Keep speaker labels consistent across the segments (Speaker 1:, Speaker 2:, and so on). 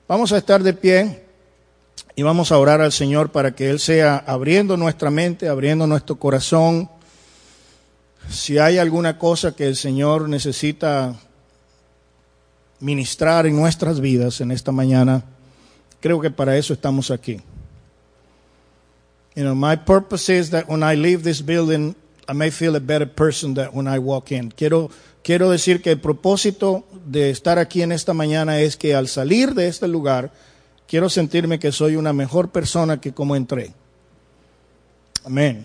Speaker 1: Vamos a estar de pie y vamos a orar al Señor para que Él sea abriendo nuestra mente, abriendo nuestro corazón. Si hay alguna cosa que el Señor necesita ministrar en nuestras vidas en esta mañana, creo que para eso estamos aquí. My purpose is that when I leave this building, I may feel a better person than when I walk in. Quiero decir que el propósito de estar aquí en esta mañana es que al salir de este lugar, quiero sentirme que soy una mejor persona que como entré. Amén.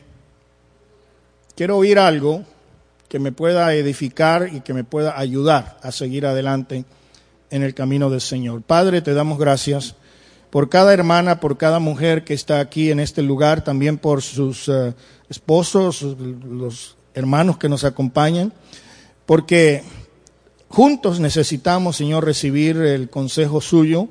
Speaker 1: Quiero oír algo que me pueda edificar y que me pueda ayudar a seguir adelante en el camino del Señor. Padre, te damos gracias por cada hermana, por cada mujer que está aquí en este lugar, también por sus esposos, los hermanos que nos acompañan, porque juntos necesitamos, Señor, recibir el consejo suyo,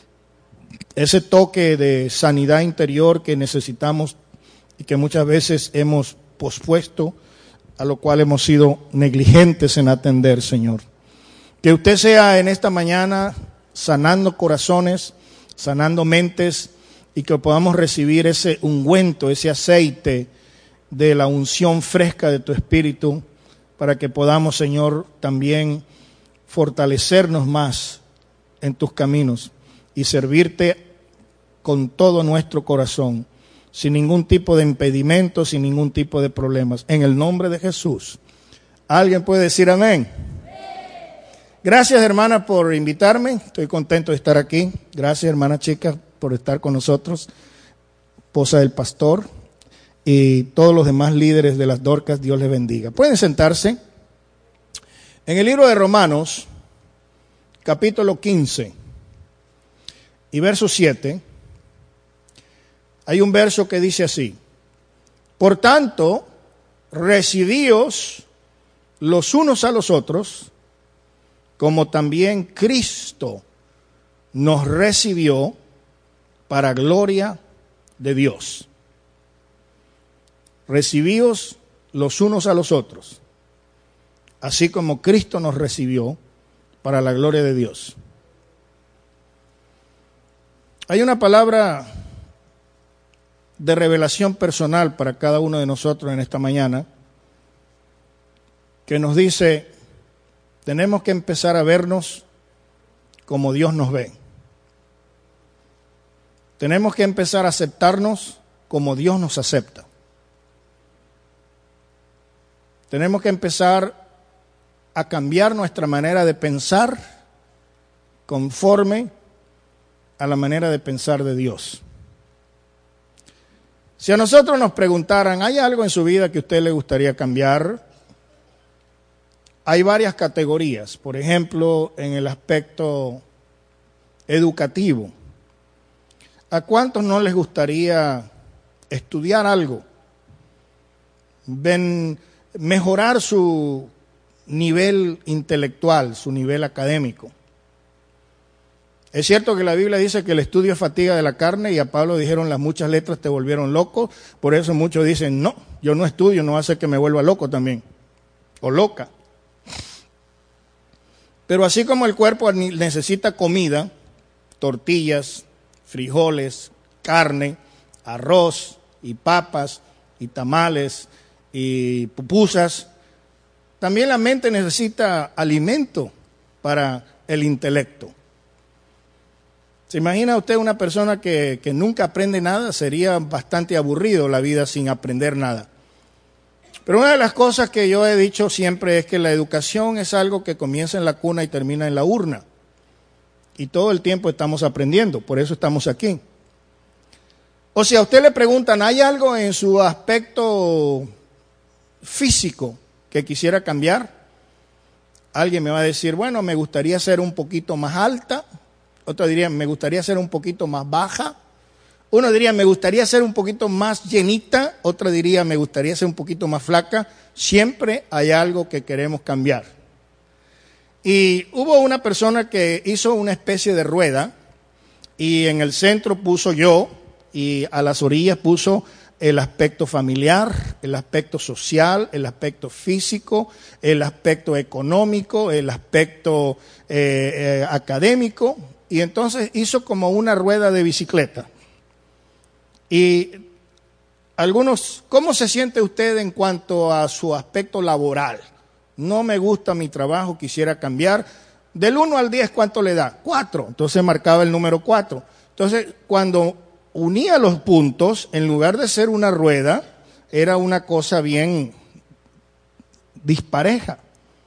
Speaker 1: ese toque de sanidad interior que necesitamos y que muchas veces hemos pospuesto, a lo cual hemos sido negligentes en atender, Señor. Que usted sea en esta mañana sanando corazones, sanando mentes, y que podamos recibir ese ungüento, ese aceite de la unción fresca de tu Espíritu, para que podamos, Señor, también fortalecernos más en tus caminos y servirte con todo nuestro corazón, sin ningún tipo de impedimento, sin ningún tipo de problemas. En el nombre de Jesús. ¿Alguien puede decir amén? Gracias, hermana, por invitarme. Estoy contento de estar aquí. Gracias, hermana Chica, por estar con nosotros. Esposa del pastor y todos los demás líderes de las Dorcas, Dios les bendiga. Pueden sentarse. En el libro de Romanos, capítulo 15 y verso 7, hay un verso que dice así: Por tanto, recibíos los unos a los otros, como también Cristo nos recibió para gloria de Dios. Recibíos los unos a los otros, así como Cristo nos recibió para la gloria de Dios. Hay una palabra de revelación personal para cada uno de nosotros en esta mañana que nos dice: tenemos que empezar a vernos como Dios nos ve. Tenemos que empezar a aceptarnos como Dios nos acepta. Tenemos que empezar a cambiar nuestra manera de pensar conforme a la manera de pensar de Dios. Si a nosotros nos preguntaran, ¿hay algo en su vida que a usted le gustaría cambiar? Hay varias categorías. Por ejemplo, en el aspecto educativo. ¿A cuántos no les gustaría estudiar algo? Mejorar su nivel intelectual, su nivel académico. Es cierto que la Biblia dice que el estudio es fatiga de la carne, y a Pablo dijeron: las muchas letras te volvieron loco. Por eso muchos dicen: no, yo no estudio, no hace que me vuelva loco también, o loca. Pero así como el cuerpo necesita comida, tortillas, frijoles, carne, arroz y papas y tamales y pupusas, también la mente necesita alimento para el intelecto. ¿Se imagina usted una persona que nunca aprende nada? Sería bastante aburrido la vida sin aprender nada. Pero una de las cosas que yo he dicho siempre es que la educación es algo que comienza en la cuna y termina en la urna. Y todo el tiempo estamos aprendiendo, por eso estamos aquí. O si a usted le preguntan, ¿hay algo en su aspecto físico que quisiera cambiar? Alguien me va a decir, bueno, me gustaría ser un poquito más alta. Otro diría, me gustaría ser un poquito más baja. Uno diría, me gustaría ser un poquito más llenita. Otro diría, me gustaría ser un poquito más flaca. Siempre hay algo que queremos cambiar. Y hubo una persona que hizo una especie de rueda, y en el centro puso yo, y a las orillas puso el aspecto familiar, el aspecto social, el aspecto físico, el aspecto económico, el aspecto académico, y entonces hizo como una rueda de bicicleta. Y algunos, ¿cómo se siente usted en cuanto a su aspecto laboral? No me gusta mi trabajo, quisiera cambiar. Del 1 al 10, ¿cuánto le da? 4. Entonces marcaba el número 4. Entonces, cuando unía los puntos, en lugar de ser una rueda, era una cosa bien dispareja.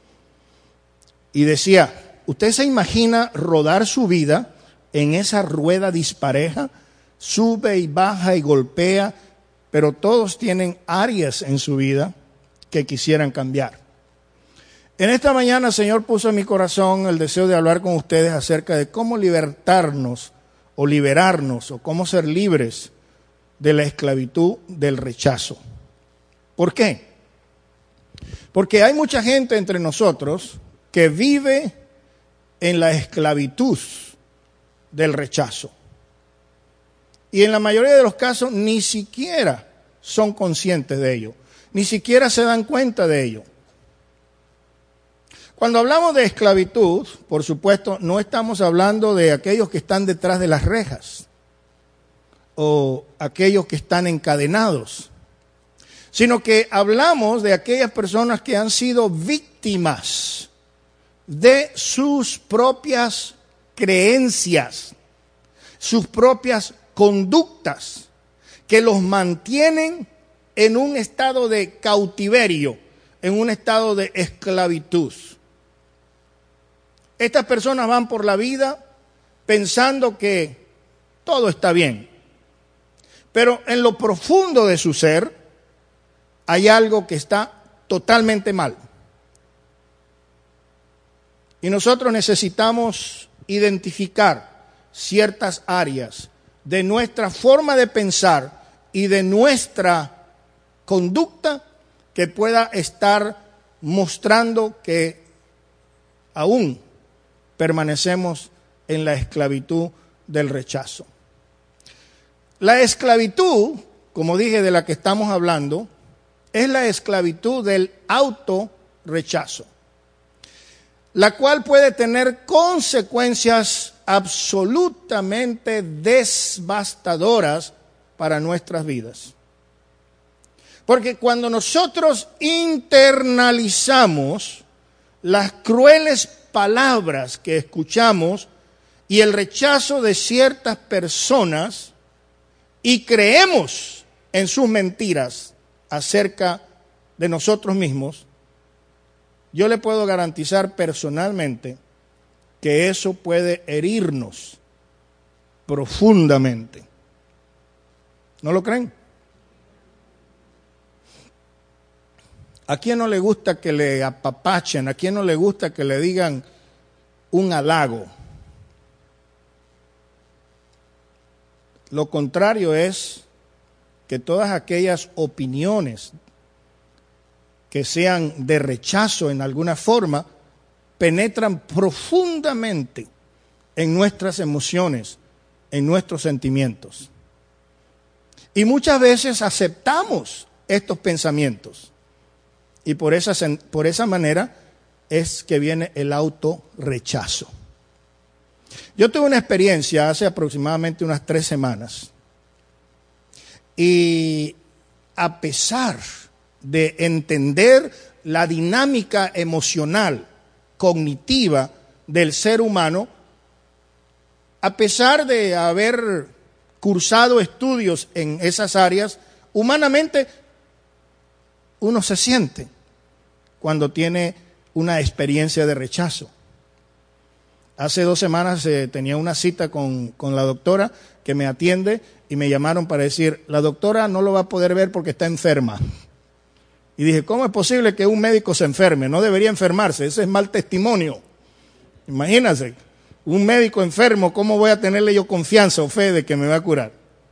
Speaker 1: Y decía, ¿usted se imagina rodar su vida en esa rueda dispareja? Sube y baja y golpea, pero todos tienen áreas en su vida que quisieran cambiar. En esta mañana el Señor puso en mi corazón el deseo de hablar con ustedes acerca de cómo libertarnos o liberarnos o cómo ser libres de la esclavitud del rechazo. ¿Por qué? Porque hay mucha gente entre nosotros que vive en la esclavitud del rechazo. Y en la mayoría de los casos ni siquiera son conscientes de ello, ni siquiera se dan cuenta de ello. Cuando hablamos de esclavitud, por supuesto, no estamos hablando de aquellos que están detrás de las rejas o aquellos que están encadenados, sino que hablamos de aquellas personas que han sido víctimas de sus propias creencias, sus propias conductas, que los mantienen en un estado de cautiverio, en un estado de esclavitud. Estas personas van por la vida pensando que todo está bien, pero en lo profundo de su ser hay algo que está totalmente mal. Y nosotros necesitamos identificar ciertas áreas de nuestra forma de pensar y de nuestra conducta que pueda estar mostrando que aún permanecemos en la esclavitud del rechazo. La esclavitud, como dije, de la que estamos hablando, es la esclavitud del autorrechazo, la cual puede tener consecuencias absolutamente devastadoras para nuestras vidas. Porque cuando nosotros internalizamos las crueles palabras que escuchamos y el rechazo de ciertas personas y creemos en sus mentiras acerca de nosotros mismos, yo le puedo garantizar personalmente que eso puede herirnos profundamente. ¿No lo creen? ¿A quién no le gusta que le apapachen? ¿A quién no le gusta que le digan un halago? Lo contrario es que todas aquellas opiniones que sean de rechazo en alguna forma penetran profundamente en nuestras emociones, en nuestros sentimientos. Y muchas veces aceptamos estos pensamientos. Y por esa manera es que viene el autorrechazo. Yo tuve una experiencia hace aproximadamente unas 3 semanas. Y a pesar de entender la dinámica emocional, cognitiva del ser humano, a pesar de haber cursado estudios en esas áreas, humanamente uno se siente cuando tiene una experiencia de rechazo. Hace 2 semanas tenía una cita con la doctora que me atiende y me llamaron para decir, la doctora no lo va a poder ver porque está enferma. Y dije, ¿cómo es posible que un médico se enferme? No debería enfermarse, ese es mal testimonio. Imagínense, un médico enfermo, ¿cómo voy a tenerle yo confianza o fe de que me va a curar?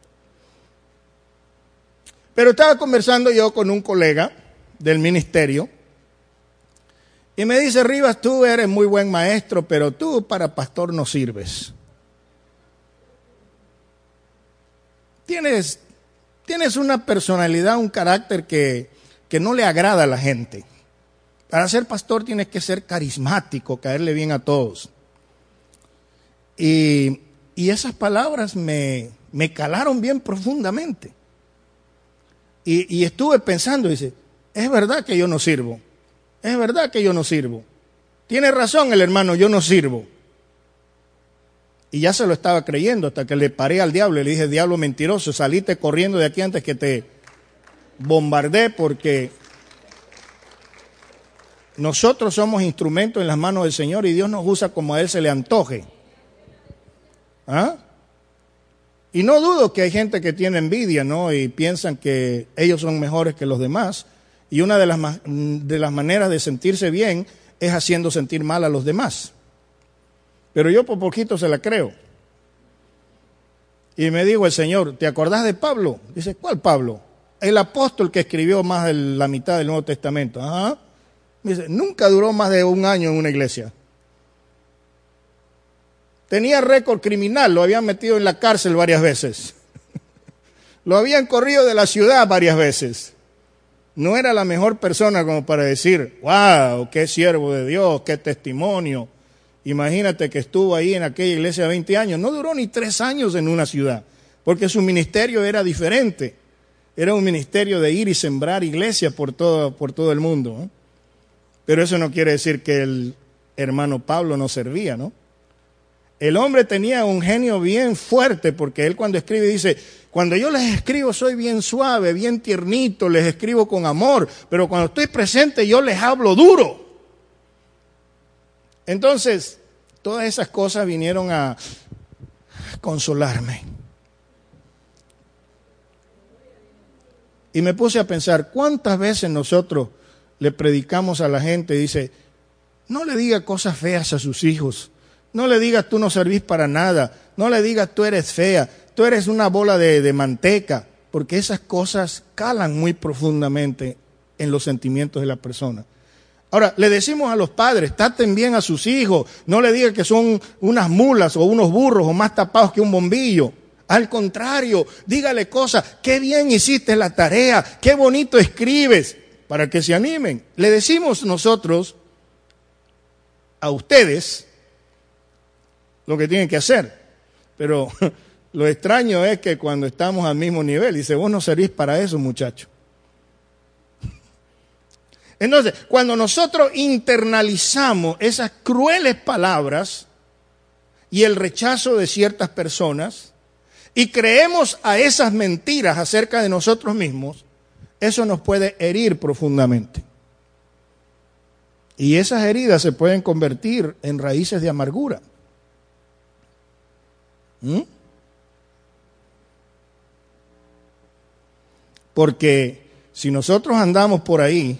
Speaker 1: Pero estaba conversando yo con un colega del ministerio y me dice, Rivas, tú eres muy buen maestro, pero tú para pastor no sirves. Tienes una personalidad, un carácter que no le agrada a la gente. Para ser pastor tienes que ser carismático, caerle bien a todos. Y esas palabras me calaron bien profundamente. Y estuve pensando, dice, es verdad que yo no sirvo. Es verdad que yo no sirvo. Tiene razón el hermano, yo no sirvo. Y ya se lo estaba creyendo hasta que le paré al diablo y le dije, diablo mentiroso, salite corriendo de aquí antes que te bombardee, porque nosotros somos instrumentos en las manos del Señor y Dios nos usa como a Él se le antoje. ¿Ah? Y no dudo que hay gente que tiene envidia, ¿no? Y piensan que ellos son mejores que los demás. Y una de las maneras de sentirse bien es haciendo sentir mal a los demás. Pero yo por poquito se la creo. Y me dijo el Señor, ¿te acordás de Pablo? Dice, ¿cuál Pablo? El apóstol que escribió más de la mitad del Nuevo Testamento. Ajá. Dice, nunca duró más de un año en una iglesia. Tenía récord criminal, lo habían metido en la cárcel varias veces. Lo habían corrido de la ciudad varias veces. No era la mejor persona como para decir, wow, qué siervo de Dios, qué testimonio. Imagínate que estuvo ahí en aquella iglesia 20 años. No duró ni 3 años en una ciudad, porque su ministerio era diferente. Era un ministerio de ir y sembrar iglesias por todo el mundo, ¿no? Pero eso no quiere decir que el hermano Pablo no servía, ¿no? El hombre tenía un genio bien fuerte, porque él cuando escribe dice, cuando yo les escribo soy bien suave, bien tiernito, les escribo con amor, pero cuando estoy presente yo les hablo duro. Entonces, todas esas cosas vinieron a consolarme. Y me puse a pensar, ¿cuántas veces nosotros le predicamos a la gente y dice, no le diga cosas feas a sus hijos? No le digas tú no servís para nada, no le digas tú eres fea, tú eres una bola de manteca, porque esas cosas calan muy profundamente en los sentimientos de la persona. Ahora, le decimos a los padres, traten bien a sus hijos, no le digan que son unas mulas o unos burros o más tapados que un bombillo. Al contrario, dígale cosas, qué bien hiciste la tarea, qué bonito escribes, para que se animen. Le decimos nosotros a ustedes lo que tienen que hacer. Pero lo extraño es que cuando estamos al mismo nivel, dice, vos no servís para eso, muchacho. Entonces, cuando nosotros internalizamos esas crueles palabras y el rechazo de ciertas personas y creemos a esas mentiras acerca de nosotros mismos, eso nos puede herir profundamente. Y esas heridas se pueden convertir en raíces de amargura. Porque si nosotros andamos por ahí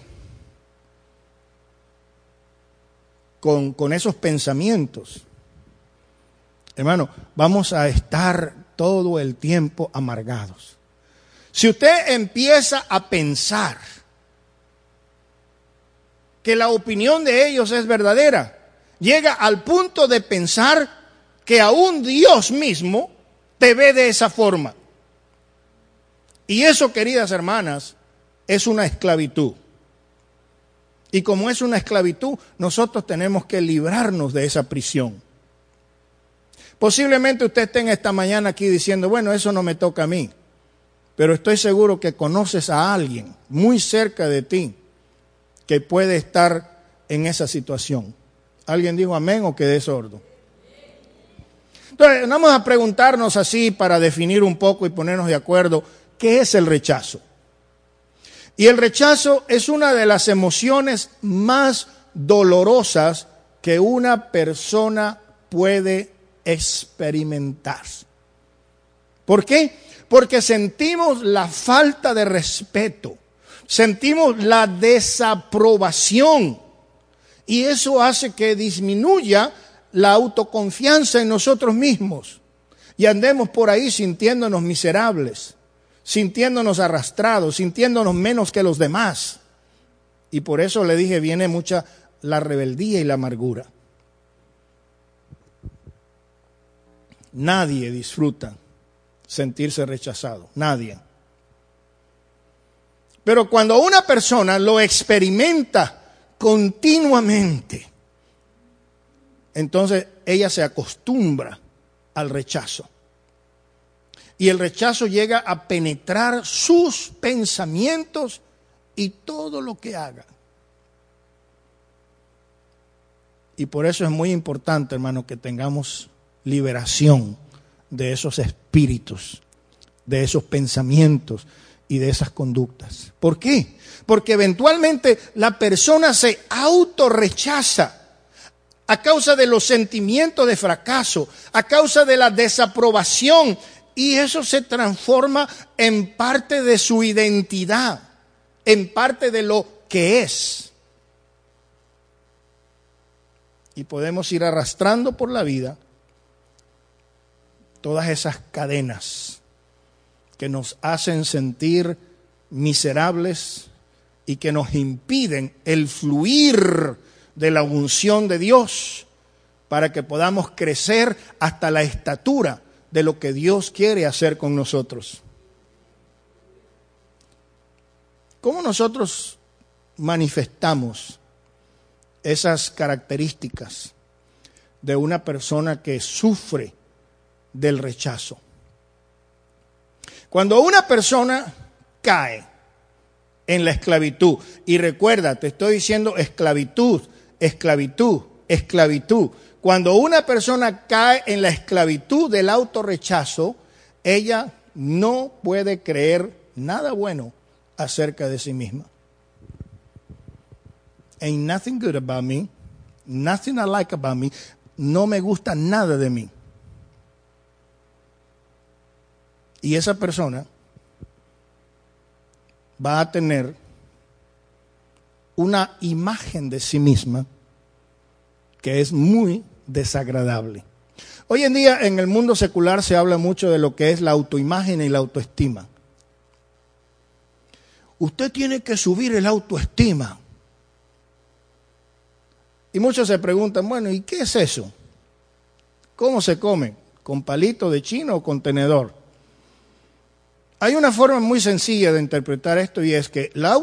Speaker 1: con esos pensamientos, hermano, vamos a estar todo el tiempo amargados. Si usted empieza a pensar que la opinión de ellos es verdadera, llega al punto de pensar que aún Dios mismo te ve de esa forma. Y eso, queridas hermanas, es una esclavitud. Y como es una esclavitud, nosotros tenemos que librarnos de esa prisión. Posiblemente usted esté en esta mañana aquí diciendo, bueno, eso no me toca a mí. Pero estoy seguro que conoces a alguien muy cerca de ti que puede estar en esa situación. ¿Alguien dijo amén o quedé sordo? Entonces, vamos a preguntarnos así para definir un poco y ponernos de acuerdo, ¿qué es el rechazo? Y el rechazo es una de las emociones más dolorosas que una persona puede experimentar. ¿Por qué? Porque sentimos la falta de respeto, sentimos la desaprobación y eso hace que disminuya la autoconfianza en nosotros mismos y andemos por ahí sintiéndonos miserables, sintiéndonos arrastrados, sintiéndonos menos que los demás. Y por eso le dije, viene mucha la rebeldía y la amargura. Nadie disfruta sentirse rechazado, nadie. Pero cuando una persona lo experimenta continuamente, entonces ella se acostumbra al rechazo. Y el rechazo llega a penetrar sus pensamientos y todo lo que haga. Y por eso es muy importante, hermano, que tengamos liberación de esos espíritus, de esos pensamientos y de esas conductas. ¿Por qué? Porque eventualmente la persona se autorrechaza a causa de los sentimientos de fracaso, a causa de la desaprobación, y eso se transforma en parte de su identidad, en parte de lo que es. Y podemos ir arrastrando por la vida todas esas cadenas que nos hacen sentir miserables y que nos impiden el fluir de la unción de Dios para que podamos crecer hasta la estatura de lo que Dios quiere hacer con nosotros. ¿Cómo nosotros manifestamos esas características de una persona que sufre del rechazo? Cuando una persona cae en la esclavitud, y recuerda, te estoy diciendo esclavitud, esclavitud, esclavitud. Cuando una persona cae en la esclavitud del autorrechazo, ella no puede creer nada bueno acerca de sí misma. Ain't nothing good about me, nothing I like about me, no me gusta nada de mí. Y esa persona va a tener una imagen de sí misma que es muy desagradable. Hoy en día en el mundo secular se habla mucho de lo que es la autoimagen y la autoestima. Usted tiene que subir el autoestima. Y muchos se preguntan, bueno, ¿y qué es eso? ¿Cómo se come? ¿Con palito de chino o con tenedor? Hay una forma muy sencilla de interpretar esto, y es que la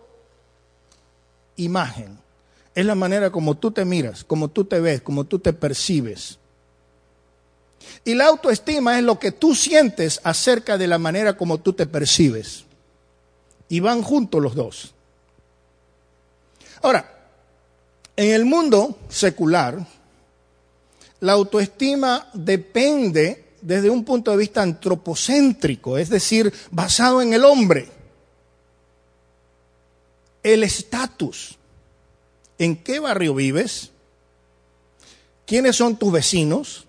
Speaker 1: autoimagen es la manera como tú te miras, como tú te ves, como tú te percibes. Y la autoestima es lo que tú sientes acerca de la manera como tú te percibes. Y van juntos los dos. Ahora, en el mundo secular, la autoestima depende desde un punto de vista antropocéntrico, es decir, basado en el hombre. El estatus. ¿En qué barrio vives? ¿Quiénes son tus vecinos?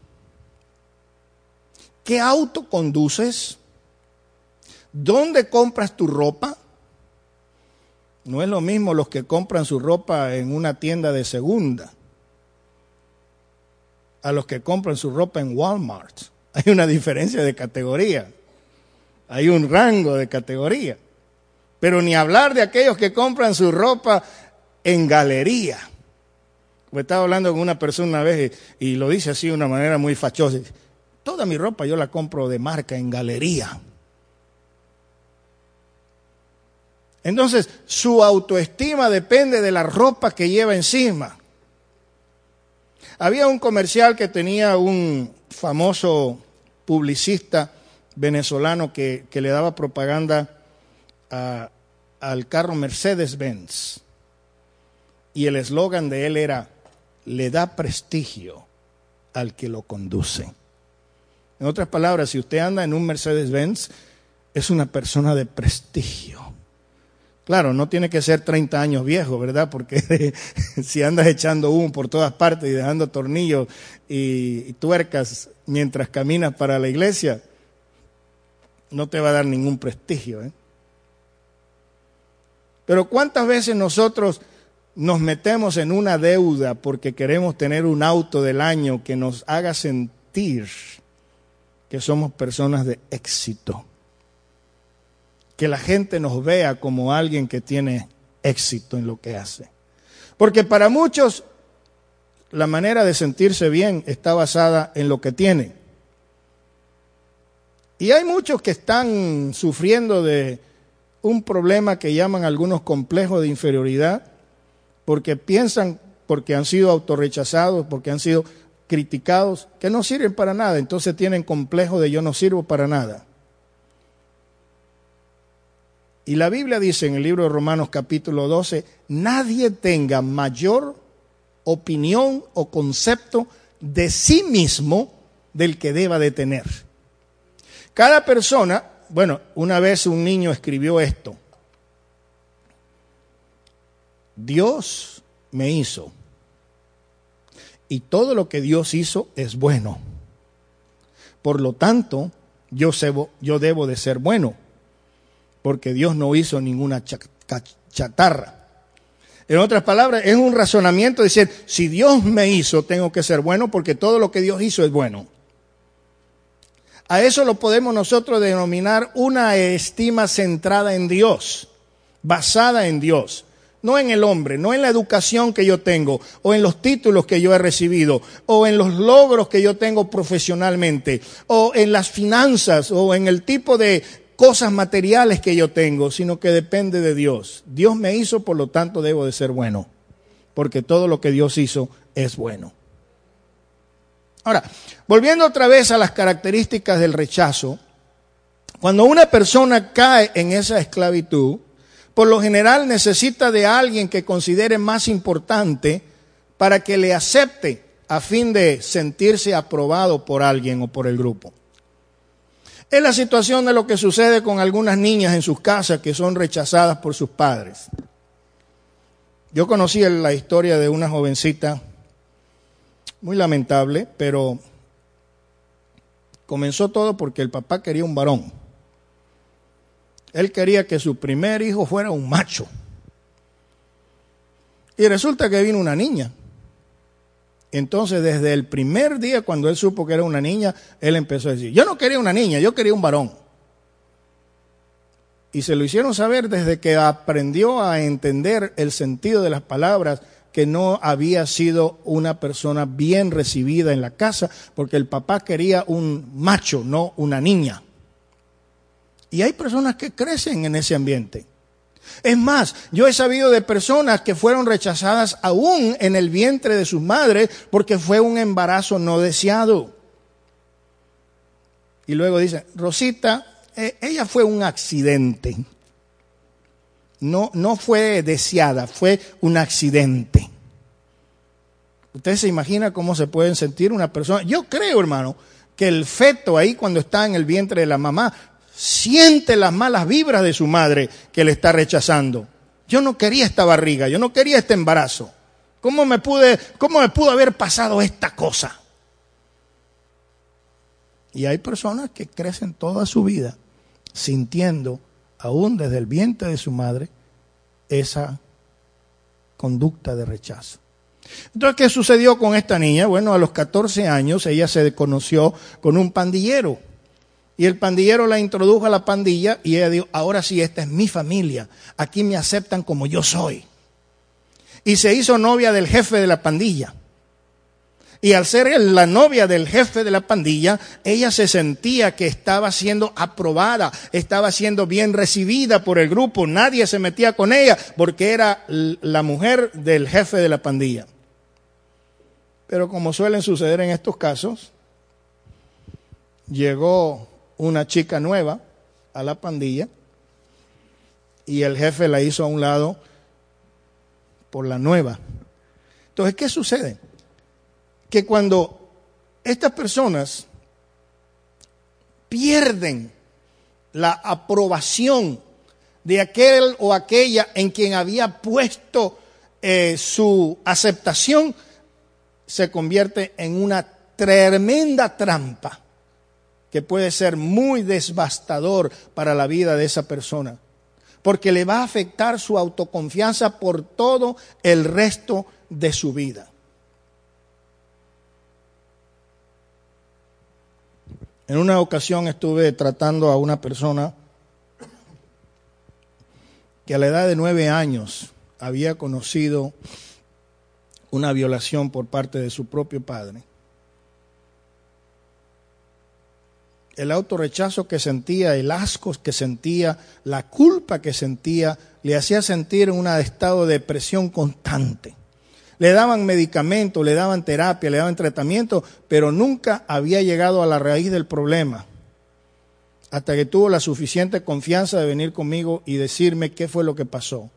Speaker 1: ¿Qué auto conduces? ¿Dónde compras tu ropa? No es lo mismo los que compran su ropa en una tienda de segunda a los que compran su ropa en Walmart. Hay una diferencia de categoría. Hay un rango de categoría. Pero ni hablar de aquellos que compran su ropa en galería. Me estaba hablando con una persona una vez y lo dice así de una manera muy fachosa. Toda mi ropa yo la compro de marca en galería. Entonces, su autoestima depende de la ropa que lleva encima. Había un comercial que tenía un famoso publicista venezolano que le daba propaganda al carro Mercedes-Benz. Y el eslogan de él era, le da prestigio al que lo conduce. En otras palabras, si usted anda en un Mercedes-Benz, es una persona de prestigio. Claro, no tiene que ser 30 años viejo, ¿verdad? Porque si andas echando humo por todas partes y dejando tornillos y tuercas mientras caminas para la iglesia, no te va a dar ningún prestigio, ¿eh? Pero ¿cuántas veces nosotros nos metemos en una deuda porque queremos tener un auto del año que nos haga sentir que somos personas de éxito? Que la gente nos vea como alguien que tiene éxito en lo que hace. Porque para muchos la manera de sentirse bien está basada en lo que tiene. Y hay muchos que están sufriendo de un problema que llaman algunos complejos de inferioridad, porque piensan, porque han sido autorrechazados, porque han sido criticados, que no sirven para nada. Entonces tienen complejo de yo no sirvo para nada. Y la Biblia dice en el libro de Romanos capítulo 12, nadie tenga mayor opinión o concepto de sí mismo del que deba de tener. Cada persona, bueno, una vez un niño escribió esto: Dios me hizo y todo lo que Dios hizo es bueno. Por lo tanto, yo debo de ser bueno, porque Dios no hizo ninguna chatarra. En otras palabras, es un razonamiento de decir, si Dios me hizo, tengo que ser bueno, porque todo lo que Dios hizo es bueno. A eso lo podemos nosotros denominar una estima centrada en Dios, basada en Dios. No en el hombre, no en la educación que yo tengo, o en los títulos que yo he recibido, o en los logros que yo tengo profesionalmente, o en las finanzas, o en el tipo de cosas materiales que yo tengo, sino que depende de Dios. Dios me hizo, por lo tanto debo de ser bueno, porque todo lo que Dios hizo es bueno. Ahora, volviendo otra vez a las características del rechazo, cuando una persona cae en esa esclavitud, por lo general necesita de alguien que considere más importante para que le acepte a fin de sentirse aprobado por alguien o por el grupo. Es la situación de lo que sucede con algunas niñas en sus casas que son rechazadas por sus padres. Yo conocí la historia de una jovencita muy lamentable, pero comenzó todo porque el papá quería un varón. Él quería que su primer hijo fuera un macho. Y resulta que vino una niña. Entonces, desde el primer día, cuando él supo que era una niña, él empezó a decir, yo no quería una niña, yo quería un varón. Y se lo hicieron saber desde que aprendió a entender el sentido de las palabras, que no había sido una persona bien recibida en la casa, porque el papá quería un macho, no una niña. Y hay personas que crecen en ese ambiente. Es más, yo he sabido de personas que fueron rechazadas aún en el vientre de sus madres porque fue un embarazo no deseado. Y luego dicen, Rosita, ella fue un accidente. No fue deseada, fue un accidente. Usted se imagina cómo se pueden sentir una persona. Yo creo, hermano, que el feto ahí cuando está en el vientre de la mamá siente las malas vibras de su madre que le está rechazando. Yo no quería esta barriga, yo no quería este embarazo. ¿Cómo me pudo haber pasado esta cosa? Y hay personas que crecen toda su vida sintiendo, aún desde el vientre de su madre, esa conducta de rechazo. Entonces, ¿qué sucedió con esta niña? Bueno, a los 14 años ella se conoció con un pandillero. Y el pandillero la introdujo a la pandilla y ella dijo, ahora sí, esta es mi familia. Aquí me aceptan como yo soy. Y se hizo novia del jefe de la pandilla. Y al ser la novia del jefe de la pandilla, ella se sentía que estaba siendo aprobada, estaba siendo bien recibida por el grupo. Nadie se metía con ella porque era la mujer del jefe de la pandilla. Pero como suelen suceder en estos casos, llegó una chica nueva a la pandilla y el jefe la hizo a un lado por la nueva. Entonces, ¿qué sucede? Que cuando estas personas pierden la aprobación de aquel o aquella en quien había puesto su aceptación, se convierte en una tremenda trampa que puede ser muy devastador para la vida de esa persona, porque le va a afectar su autoconfianza por todo el resto de su vida. En una ocasión estuve tratando a una persona que a la edad de 9 años había conocido una violación por parte de su propio padre. El autorrechazo que sentía, el asco que sentía, la culpa que sentía, le hacía sentir un estado de depresión constante. Le daban medicamentos, le daban terapia, le daban tratamiento, pero nunca había llegado a la raíz del problema. Hasta que tuvo la suficiente confianza de venir conmigo y decirme qué fue lo que pasó.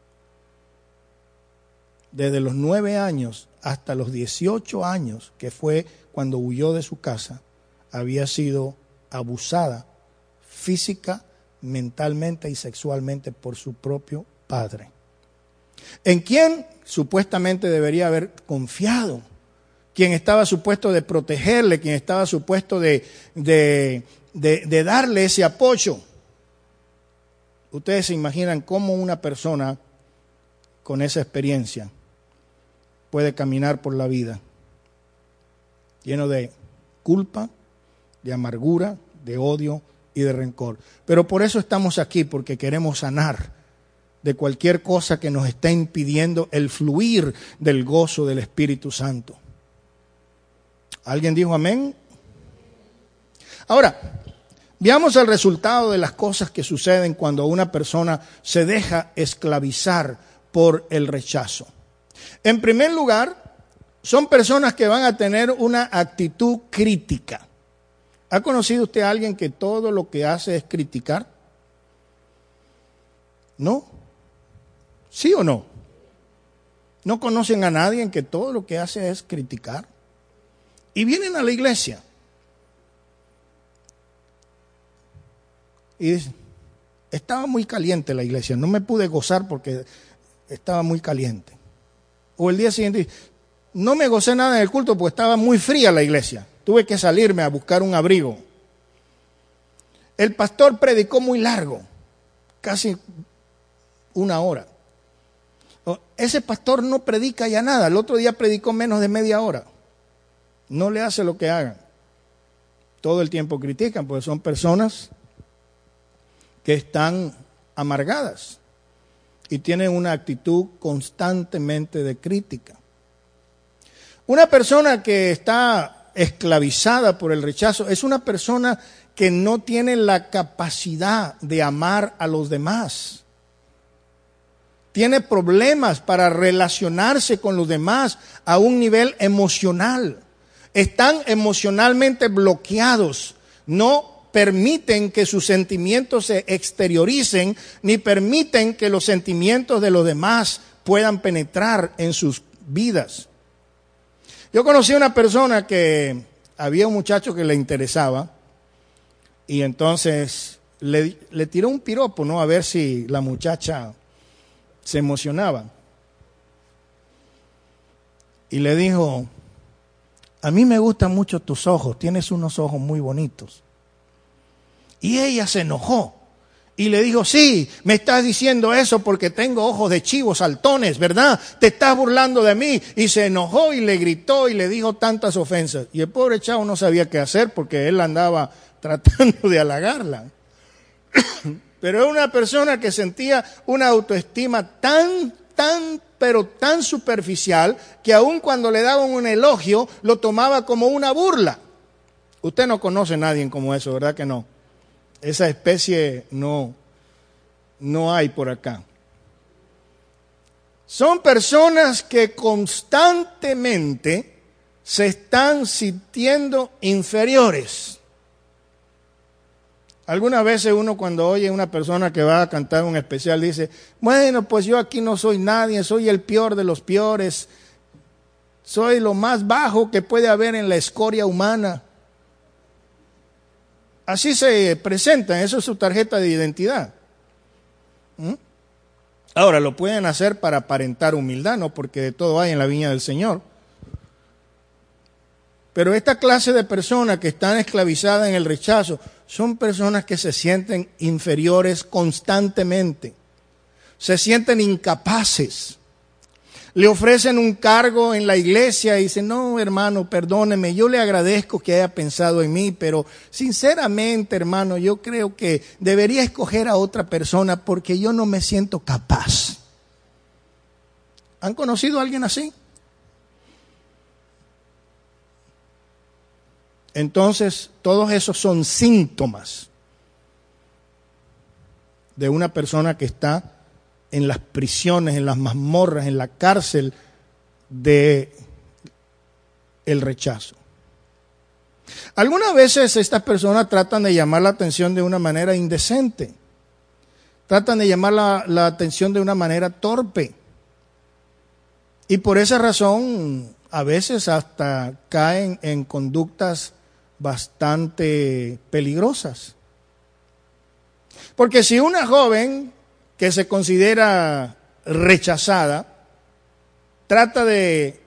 Speaker 1: Desde los 9 años hasta los 18 años, que fue cuando huyó de su casa, había sido abusada física, mentalmente y sexualmente por su propio padre. ¿En quién supuestamente debería haber confiado? Quien estaba supuesto de protegerle, quien estaba supuesto de darle ese apoyo. Ustedes se imaginan cómo una persona con esa experiencia puede caminar por la vida lleno de culpa, de amargura, de odio y de rencor. Pero por eso estamos aquí, porque queremos sanar de cualquier cosa que nos esté impidiendo el fluir del gozo del Espíritu Santo. ¿Alguien dijo amén? Ahora, veamos el resultado de las cosas que suceden cuando una persona se deja esclavizar por el rechazo. En primer lugar, son personas que van a tener una actitud crítica. ¿Ha conocido usted a alguien que todo lo que hace es criticar? ¿No? ¿Sí o no? ¿No conocen a nadie que todo lo que hace es criticar? Y vienen a la iglesia y dicen, estaba muy caliente la iglesia, no me pude gozar porque estaba muy caliente. O el día siguiente, no me gocé nada en el culto porque estaba muy fría la iglesia, tuve que salirme a buscar un abrigo. El pastor predicó muy largo, casi 1 hora. Ese pastor no predica ya nada, el otro día predicó menos de media hora. No le hace lo que hagan. Todo el tiempo critican, porque son personas que están amargadas y tienen una actitud constantemente de crítica. Una persona que está esclavizada por el rechazo es una persona que no tiene la capacidad de amar a los demás. Tiene problemas para relacionarse con los demás a un nivel emocional. Están emocionalmente bloqueados. No permiten que sus sentimientos se exterioricen, ni permiten que los sentimientos de los demás puedan penetrar en sus vidas. Yo conocí a una persona que había un muchacho que le interesaba y entonces le tiró un piropo, ¿no? A ver si la muchacha se emocionaba. Y le dijo, a mí me gustan mucho tus ojos, tienes unos ojos muy bonitos. Y ella se enojó y le dijo, sí, me estás diciendo eso porque tengo ojos de chivo saltones, ¿verdad? Te estás burlando de mí. Y se enojó y le gritó y le dijo tantas ofensas. Y el pobre chavo no sabía qué hacer porque él andaba tratando de halagarla. Pero era una persona que sentía una autoestima pero tan superficial que aun cuando le daban un elogio lo tomaba como una burla. Usted no conoce a nadie como eso, ¿verdad que no? Esa especie no hay por acá. Son personas que constantemente se están sintiendo inferiores. Algunas veces uno cuando oye a una persona que va a cantar un especial dice, bueno, pues yo aquí no soy nadie, soy el peor de los peores, soy lo más bajo que puede haber en la escoria humana. Así se presentan, eso es su tarjeta de identidad. Ahora, lo pueden hacer para aparentar humildad, ¿no? Porque de todo hay en la viña del Señor. Pero esta clase de personas que están esclavizadas en el rechazo son personas que se sienten inferiores constantemente, se sienten incapaces. Le ofrecen un cargo en la iglesia y dicen, no, hermano, perdóneme, yo le agradezco que haya pensado en mí, pero sinceramente, hermano, yo creo que debería escoger a otra persona porque yo no me siento capaz. ¿Han conocido a alguien así? Entonces, todos esos son síntomas de una persona que está en las prisiones, en las mazmorras, en la cárcel de el rechazo. Algunas veces estas personas tratan de llamar la atención de una manera indecente. Tratan de llamar la atención de una manera torpe. Y por esa razón, a veces hasta caen en conductas bastante peligrosas. Porque si una joven que se considera rechazada trata de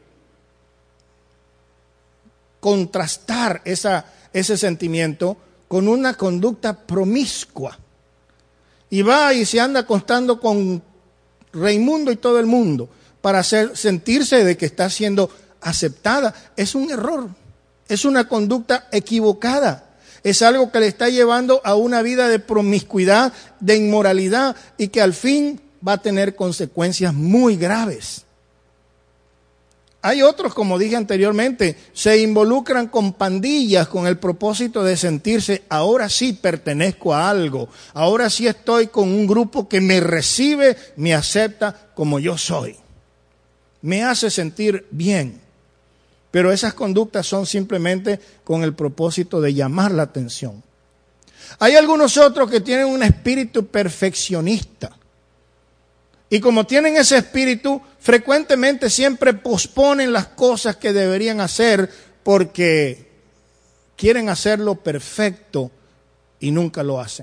Speaker 1: contrastar ese sentimiento con una conducta promiscua y va y se anda acostando con Raimundo y todo el mundo para sentirse de que está siendo aceptada, es un error, es una conducta equivocada, es algo que le está llevando a una vida de promiscuidad, de inmoralidad y que al fin va a tener consecuencias muy graves. Hay otros, como dije anteriormente, se involucran con pandillas con el propósito de sentirse, ahora sí pertenezco a algo, ahora sí estoy con un grupo que me recibe, me acepta como yo soy, me hace sentir bien. Pero esas conductas son simplemente con el propósito de llamar la atención. Hay algunos otros que tienen un espíritu perfeccionista. Y como tienen ese espíritu, frecuentemente siempre posponen las cosas que deberían hacer porque quieren hacerlo perfecto y nunca lo hacen.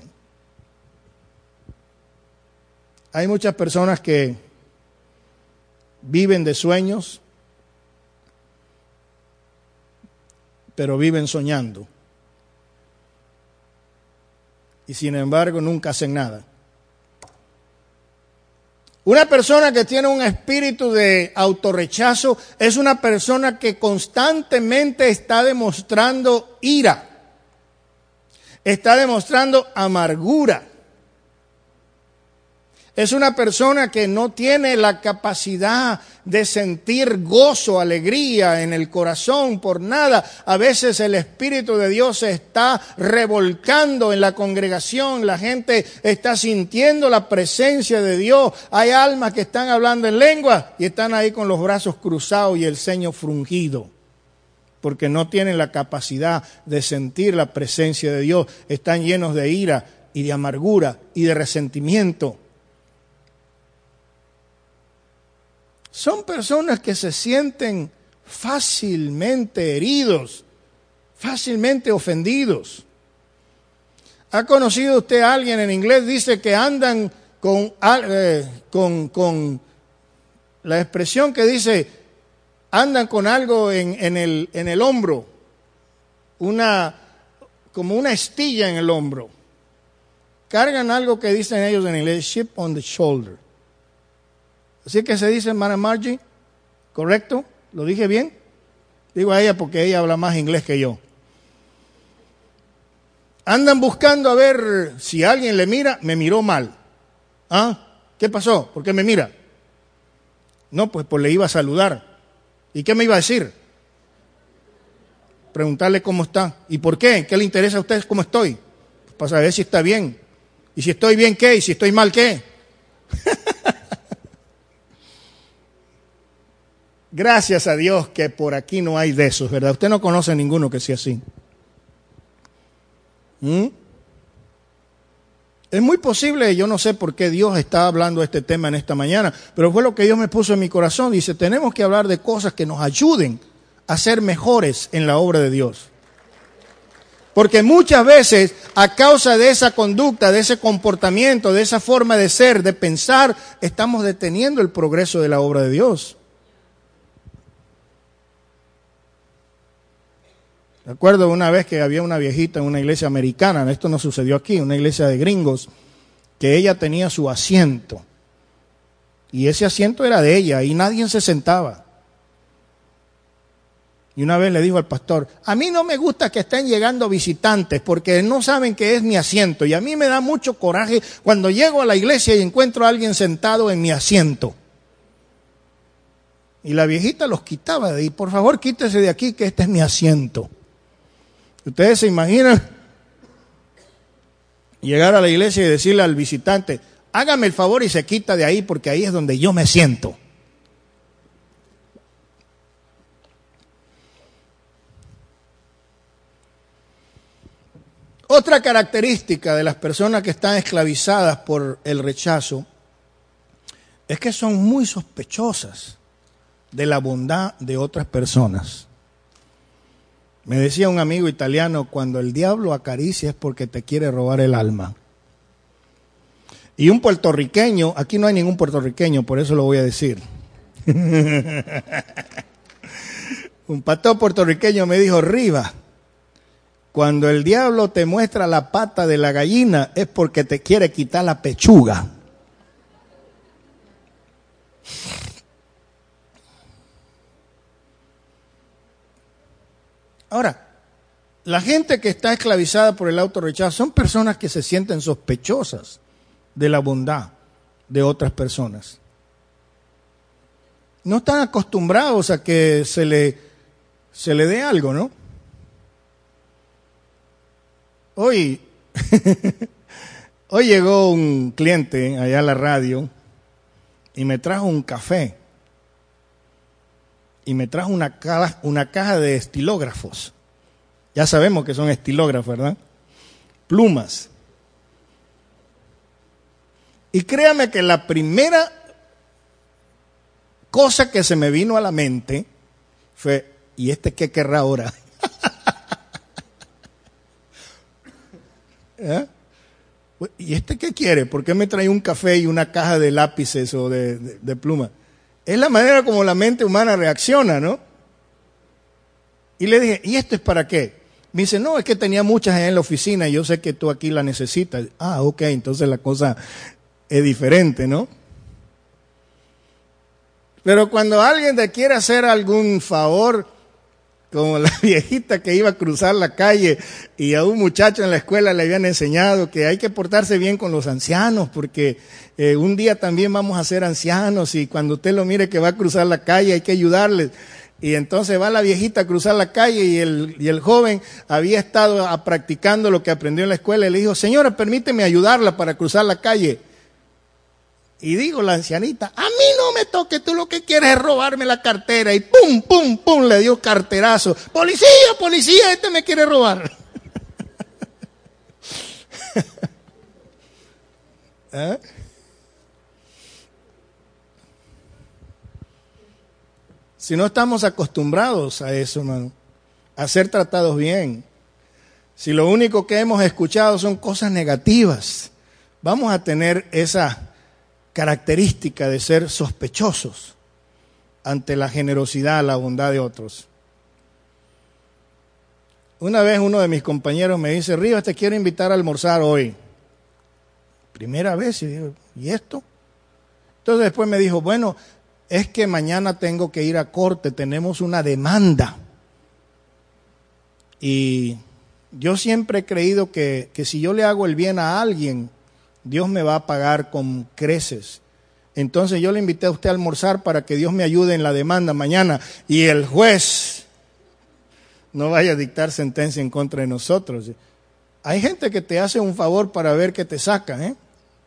Speaker 1: Hay muchas personas que viven de sueños, pero viven soñando. Y sin embargo nunca hacen nada. Una persona que tiene un espíritu de autorrechazo es una persona que constantemente está demostrando ira, está demostrando amargura. Es una persona que no tiene la capacidad de sentir gozo, alegría en el corazón por nada. A veces el Espíritu de Dios se está revolcando en la congregación. La gente está sintiendo la presencia de Dios. Hay almas que están hablando en lengua y están ahí con los brazos cruzados y el ceño fruncido, porque no tienen la capacidad de sentir la presencia de Dios. Están llenos de ira y de amargura y de resentimiento. Son personas que se sienten fácilmente heridos, fácilmente ofendidos. ¿Ha conocido usted a alguien? En inglés dice que andan con la expresión que dice, andan con algo en el hombro, como una estilla en el hombro. Cargan algo que dicen ellos en inglés, chip on the shoulder. Así que se dice, hermana Margie, ¿correcto? ¿Lo dije bien? Digo a ella porque ella habla más inglés que yo. Andan buscando a ver si alguien le mira, me miró mal. ¿Ah? ¿Qué pasó? ¿Por qué me mira? No, pues le iba a saludar. ¿Y qué me iba a decir? Preguntarle cómo está. ¿Y por qué? ¿Qué le interesa a usted cómo estoy? Pues para saber si está bien. ¿Y si estoy bien qué? ¿Y si estoy mal qué? Gracias a Dios que por aquí no hay de esos, ¿verdad? Usted no conoce a ninguno que sea así. Es muy posible, yo no sé por qué Dios está hablando de este tema en esta mañana, pero fue lo que Dios me puso en mi corazón. Dice, tenemos que hablar de cosas que nos ayuden a ser mejores en la obra de Dios. Porque muchas veces, a causa de esa conducta, de ese comportamiento, de esa forma de ser, de pensar, estamos deteniendo el progreso de la obra de Dios. Recuerdo una vez que había una viejita en una iglesia americana, esto no sucedió aquí, una iglesia de gringos, que ella tenía su asiento. Y ese asiento era de ella y nadie se sentaba. Y una vez le dijo al pastor, a mí no me gusta que estén llegando visitantes porque no saben que es mi asiento. Y a mí me da mucho coraje cuando llego a la iglesia y encuentro a alguien sentado en mi asiento. Y la viejita los quitaba, y por favor quítese de aquí que este es mi asiento. Ustedes se imaginan llegar a la iglesia y decirle al visitante, hágame el favor y se quita de ahí porque ahí es donde yo me siento. Otra característica de las personas que están esclavizadas por el rechazo es que son muy sospechosas de la bondad de otras personas. Me decía un amigo italiano, cuando el diablo acaricia es porque te quiere robar el alma. Y un puertorriqueño, aquí no hay ningún puertorriqueño, por eso lo voy a decir. Un pastor puertorriqueño me dijo, Riva, cuando el diablo te muestra la pata de la gallina es porque te quiere quitar la pechuga. Ahora, la gente que está esclavizada por el autorrechazo son personas que se sienten sospechosas de la bondad de otras personas. No están acostumbrados a que se le dé algo, ¿no? Hoy llegó un cliente allá a la radio y me trajo un café. Y me trajo una caja de estilógrafos. Ya sabemos que son estilógrafos, ¿verdad? Plumas. Y créame que la primera cosa que se me vino a la mente fue, ¿y este qué querrá ahora? ¿Eh? ¿Y este qué quiere? ¿Por qué me trae un café y una caja de lápices o de plumas? Es la manera como la mente humana reacciona, ¿no? Y le dije, ¿y esto es para qué? Me dice, no, es que tenía muchas en la oficina y yo sé que tú aquí la necesitas. Ah, ok, entonces la cosa es diferente, ¿no? Pero cuando alguien te quiere hacer algún favor, como la viejita que iba a cruzar la calle y a un muchacho en la escuela le habían enseñado que hay que portarse bien con los ancianos porque un día también vamos a ser ancianos y cuando usted lo mire que va a cruzar la calle hay que ayudarles. Y entonces va la viejita a cruzar la calle y el joven había estado practicando lo que aprendió en la escuela y le dijo, señora, permíteme ayudarla para cruzar la calle. Y digo, la ancianita, a mí no me toque, tú lo que quieres es robarme la cartera. Y pum, pum, pum, le dio carterazo. Policía, policía, este me quiere robar. ¿Eh? Si no estamos acostumbrados a eso, hermano, a ser tratados bien. Si lo único que hemos escuchado son cosas negativas, vamos a tener esa característica de ser sospechosos ante la generosidad, la bondad de otros. Una vez uno de mis compañeros me dice, Rivas, te quiero invitar a almorzar hoy. Primera vez, y digo, ¿y esto? Entonces después me dijo, bueno, es que mañana tengo que ir a corte, tenemos una demanda. Y yo siempre he creído que si yo le hago el bien a alguien, Dios me va a pagar con creces. Entonces yo le invité a usted a almorzar para que Dios me ayude en la demanda mañana. Y el juez no vaya a dictar sentencia en contra de nosotros. Hay gente que te hace un favor para ver qué te saca, ¿eh?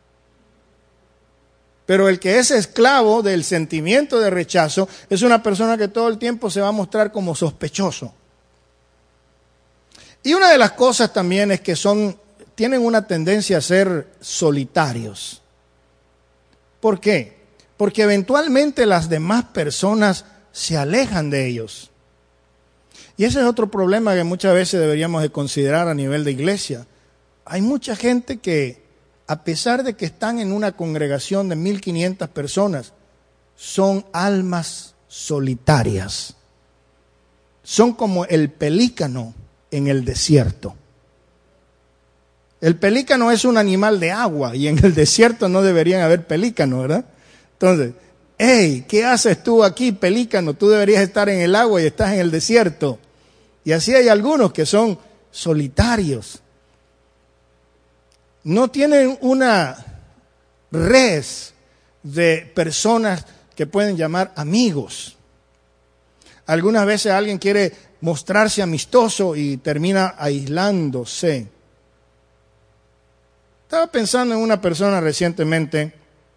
Speaker 1: Pero el que es esclavo del sentimiento de rechazo es una persona que todo el tiempo se va a mostrar como sospechoso. Y una de las cosas también es que tienen una tendencia a ser solitarios. ¿Por qué? Porque eventualmente las demás personas se alejan de ellos. Y ese es otro problema que muchas veces deberíamos de considerar a nivel de iglesia. Hay mucha gente que, a pesar de que están en una congregación de 1,500 personas, son almas solitarias. Son como el pelícano en el desierto. El pelícano es un animal de agua y en el desierto no deberían haber pelícanos, ¿verdad? Entonces, hey, ¿qué haces tú aquí, pelícano? Tú deberías estar en el agua y estás en el desierto. Y así hay algunos que son solitarios. No tienen una red de personas que pueden llamar amigos. Algunas veces alguien quiere mostrarse amistoso y termina aislándose. Estaba pensando en una persona recientemente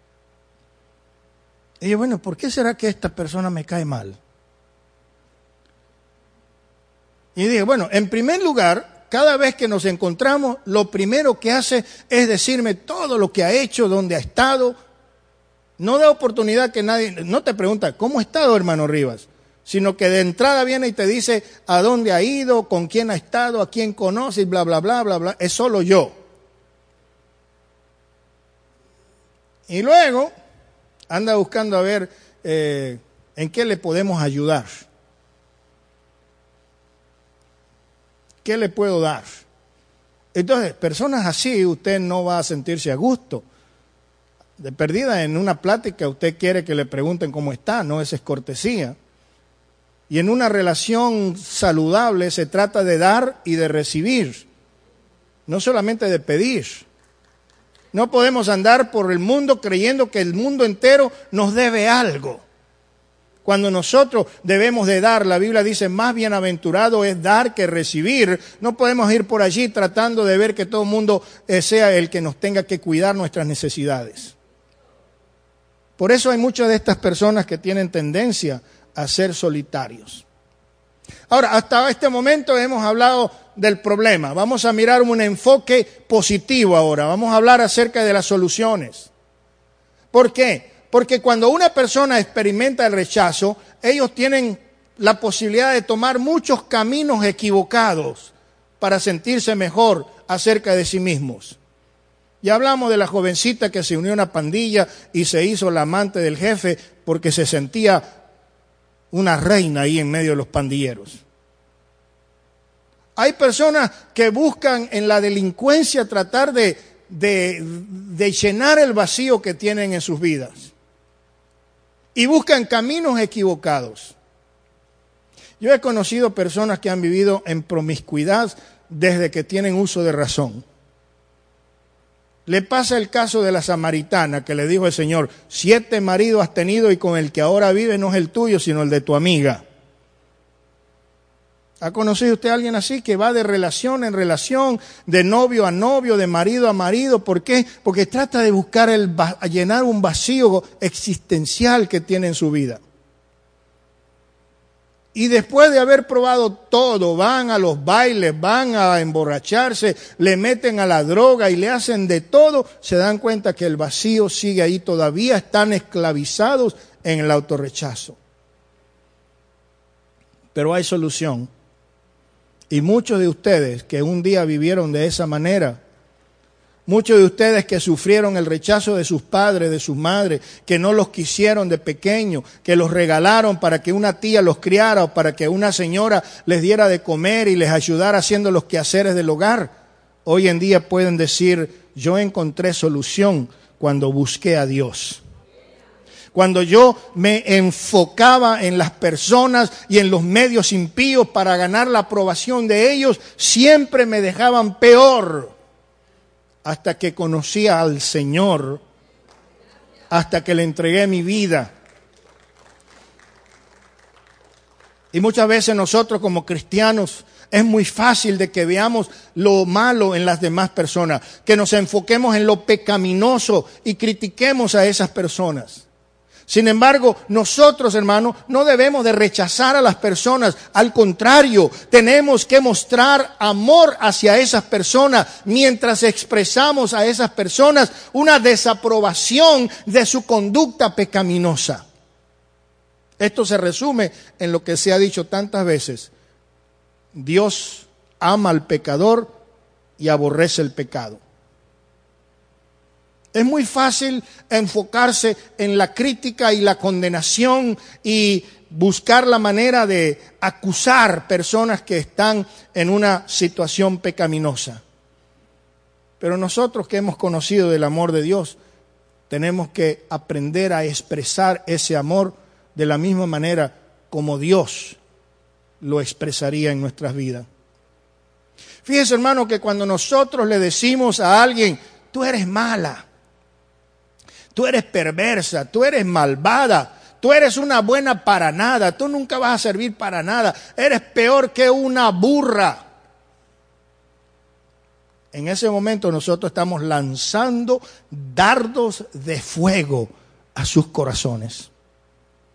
Speaker 1: y dije, bueno, ¿por qué será que esta persona me cae mal? Y dije, bueno, en primer lugar, cada vez que nos encontramos, lo primero que hace es decirme todo lo que ha hecho, dónde ha estado. No da oportunidad que nadie, no te pregunta, ¿cómo ha estado, hermano Rivas? Sino que de entrada viene y te dice a dónde ha ido, con quién ha estado, a quién conoce, y bla, bla, bla, bla, bla. Es solo yo. Y luego anda buscando a ver en qué le podemos ayudar. ¿Qué le puedo dar? Entonces, personas así, usted no va a sentirse a gusto. De perdida en una plática, usted quiere que le pregunten cómo está, no, esa es cortesía. Y en una relación saludable se trata de dar y de recibir, no solamente de pedir. No podemos andar por el mundo creyendo que el mundo entero nos debe algo. Cuando nosotros debemos de dar, la Biblia dice, más bienaventurado es dar que recibir. No podemos ir por allí tratando de ver que todo el mundo sea el que nos tenga que cuidar nuestras necesidades. Por eso hay muchas de estas personas que tienen tendencia a ser solitarios. Ahora, hasta este momento hemos hablado del problema. Vamos a mirar un enfoque positivo ahora. Vamos a hablar acerca de las soluciones. ¿Por qué? Porque cuando una persona experimenta el rechazo, ellos tienen la posibilidad de tomar muchos caminos equivocados para sentirse mejor acerca de sí mismos. Ya hablamos de la jovencita que se unió a una pandilla y se hizo la amante del jefe porque se sentía una reina ahí en medio de los pandilleros. Hay personas que buscan en la delincuencia tratar de llenar el vacío que tienen en sus vidas. Y buscan caminos equivocados. Yo he conocido personas que han vivido en promiscuidad desde que tienen uso de razón. Le pasa el caso de la samaritana que le dijo el Señor, 7 maridos has tenido y con el que ahora vive no es el tuyo sino el de tu amiga. ¿Ha conocido usted a alguien así que va de relación en relación, de novio a novio, de marido a marido? ¿Por qué? Porque trata de buscar a llenar un vacío existencial que tiene en su vida. Y después de haber probado todo, van a los bailes, van a emborracharse, le meten a la droga y le hacen de todo, se dan cuenta que el vacío sigue ahí, todavía están esclavizados en el autorrechazo. Pero hay solución. Y muchos de ustedes que un día vivieron de esa manera, muchos de ustedes que sufrieron el rechazo de sus padres, de sus madres, que no los quisieron de pequeño, que los regalaron para que una tía los criara o para que una señora les diera de comer y les ayudara haciendo los quehaceres del hogar, hoy en día pueden decir, yo encontré solución cuando busqué a Dios. Cuando yo me enfocaba en las personas y en los medios impíos para ganar la aprobación de ellos, siempre me dejaban peor. Hasta que conocí al Señor, hasta que le entregué mi vida. Y muchas veces nosotros como cristianos es muy fácil de que veamos lo malo en las demás personas, que nos enfoquemos en lo pecaminoso y critiquemos a esas personas. Sin embargo, nosotros, hermanos, no debemos de rechazar a las personas. Al contrario, tenemos que mostrar amor hacia esas personas mientras expresamos a esas personas una desaprobación de su conducta pecaminosa. Esto se resume en lo que se ha dicho tantas veces. Dios ama al pecador y aborrece el pecado. Es muy fácil enfocarse en la crítica y la condenación y buscar la manera de acusar personas que están en una situación pecaminosa. Pero nosotros que hemos conocido del amor de Dios, tenemos que aprender a expresar ese amor de la misma manera como Dios lo expresaría en nuestras vidas. Fíjese, hermano, que cuando nosotros le decimos a alguien, tú eres mala, tú eres perversa, tú eres malvada, tú eres una buena para nada, tú nunca vas a servir para nada, eres peor que una burra. En ese momento nosotros estamos lanzando dardos de fuego a sus corazones.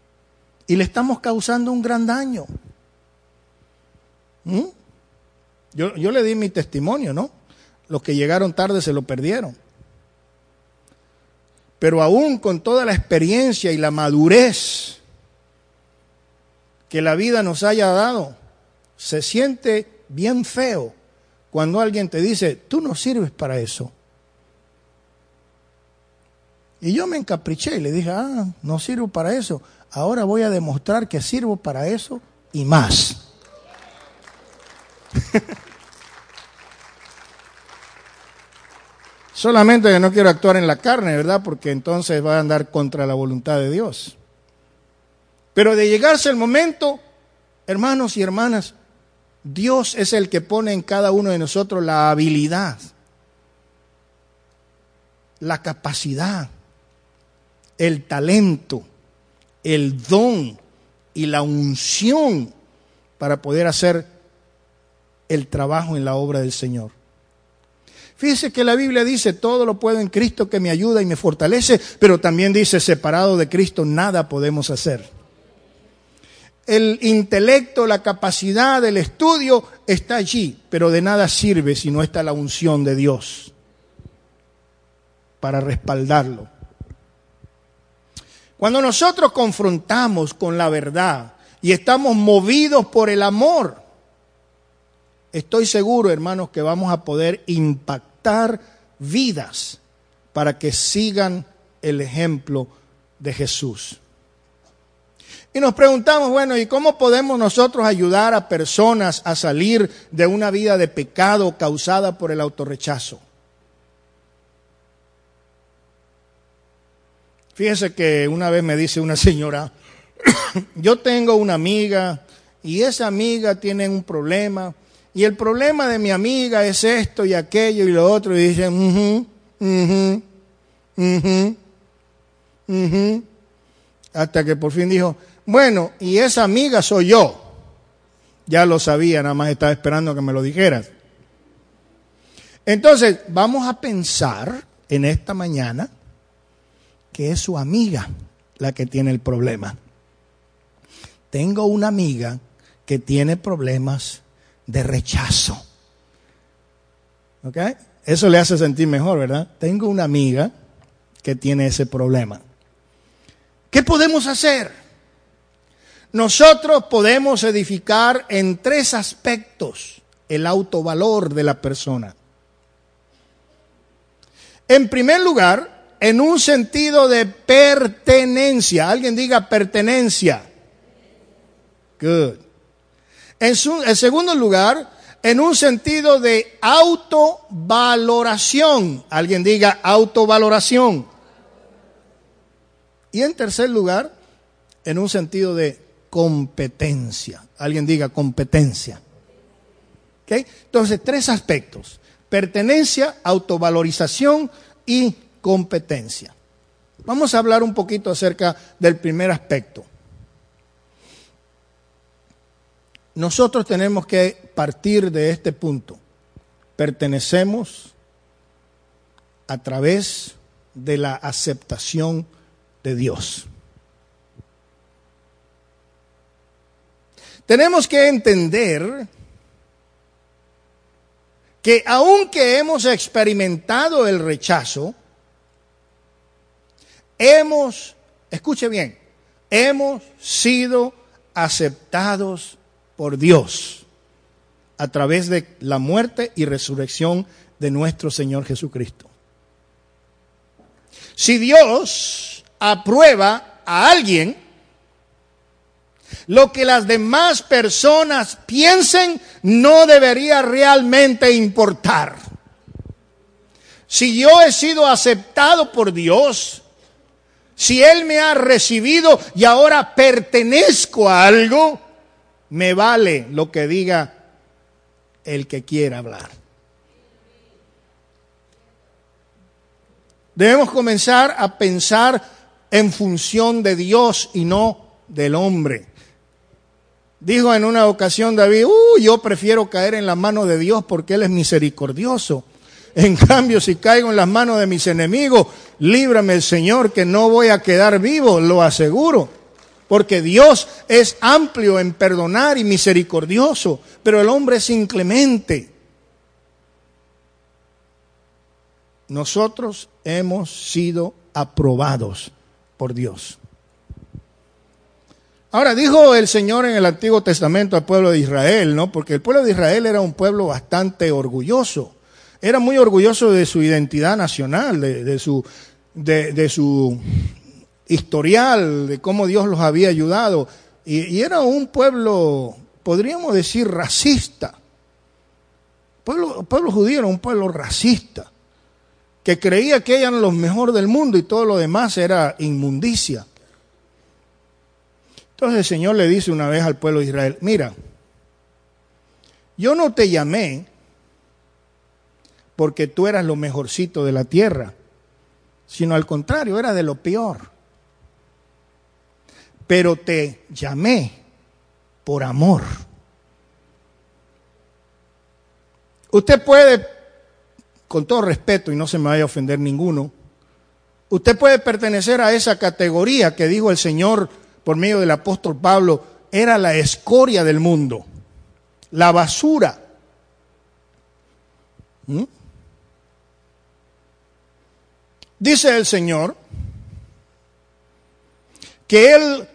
Speaker 1: Y le estamos causando un gran daño. Yo le di mi testimonio, ¿no? Los que llegaron tarde se lo perdieron. Pero aún con toda la experiencia y la madurez que la vida nos haya dado, se siente bien feo cuando alguien te dice, tú no sirves para eso. Y yo me encapriché y le dije, no sirvo para eso. Ahora voy a demostrar que sirvo para eso y más. Solamente que no quiero actuar en la carne, ¿verdad? Porque entonces va a andar contra la voluntad de Dios. Pero de llegarse el momento, hermanos y hermanas, Dios es el que pone en cada uno de nosotros la habilidad, la capacidad, el talento, el don y la unción para poder hacer el trabajo en la obra del Señor. Fíjese que la Biblia dice, todo lo puedo en Cristo que me ayuda y me fortalece, pero también dice, separado de Cristo nada podemos hacer. El intelecto, la capacidad, el estudio está allí, pero de nada sirve si no está la unción de Dios para respaldarlo. Cuando nosotros confrontamos con la verdad y estamos movidos por el amor, estoy seguro, hermanos, que vamos a poder impactar vidas para que sigan el ejemplo de Jesús. Y nos preguntamos, bueno, ¿y cómo podemos nosotros ayudar a personas a salir de una vida de pecado causada por el autorrechazo? Fíjese que una vez me dice una señora, yo tengo una amiga y esa amiga tiene un problema y el problema de mi amiga es esto y aquello y lo otro, y dicen, hasta que por fin dijo, bueno, y esa amiga soy yo. Ya lo sabía, nada más estaba esperando que me lo dijeras. Entonces, vamos a pensar en esta mañana que es su amiga la que tiene el problema. Tengo una amiga que tiene problemas de rechazo. ¿Ok? Eso le hace sentir mejor, ¿verdad? Tengo una amiga que tiene ese problema. ¿Qué podemos hacer? Nosotros podemos edificar en 3 aspectos el autovalor de la persona. En primer lugar, en un sentido de pertenencia. Alguien diga pertenencia. Good. En segundo lugar, en un sentido de autovaloración. Alguien diga autovaloración. Y en tercer lugar, en un sentido de competencia. Alguien diga competencia. ¿Okay? Entonces, 3 aspectos. Pertenencia, autovalorización y competencia. Vamos a hablar un poquito acerca del primer aspecto. Nosotros tenemos que partir de este punto. Pertenecemos a través de la aceptación de Dios. Tenemos que entender que aunque hemos experimentado el rechazo, escuche bien, hemos sido aceptados por Dios a través de la muerte y resurrección de nuestro Señor Jesucristo. Si Dios aprueba a alguien, lo que las demás personas piensen no debería realmente importar. Si yo he sido aceptado por Dios, si Él me ha recibido y ahora pertenezco a algo, me vale lo que diga el que quiera hablar. Debemos comenzar a pensar en función de Dios y no del hombre. Dijo en una ocasión David, yo prefiero caer en la mano de Dios porque Él es misericordioso. En cambio, si caigo en las manos de mis enemigos, líbrame el Señor, que no voy a quedar vivo, lo aseguro. Porque Dios es amplio en perdonar y misericordioso, pero el hombre es inclemente. Nosotros hemos sido aprobados por Dios. Ahora, dijo el Señor en el Antiguo Testamento al pueblo de Israel, ¿no? Porque el pueblo de Israel era un pueblo bastante orgulloso. Era muy orgulloso de su identidad nacional, de su historial, de cómo Dios los había ayudado. Y era un pueblo, podríamos decir, racista. El pueblo judío era un pueblo racista, que creía que eran los mejores del mundo y todo lo demás era inmundicia. Entonces el Señor le dice una vez al pueblo de Israel, mira, yo no te llamé porque tú eras lo mejorcito de la tierra, sino al contrario, era de lo peor. Pero te llamé por amor. Usted puede, con todo respeto, y no se me vaya a ofender ninguno, usted puede pertenecer a esa categoría que dijo el Señor por medio del apóstol Pablo, era la escoria del mundo, la basura. Dice el Señor que Él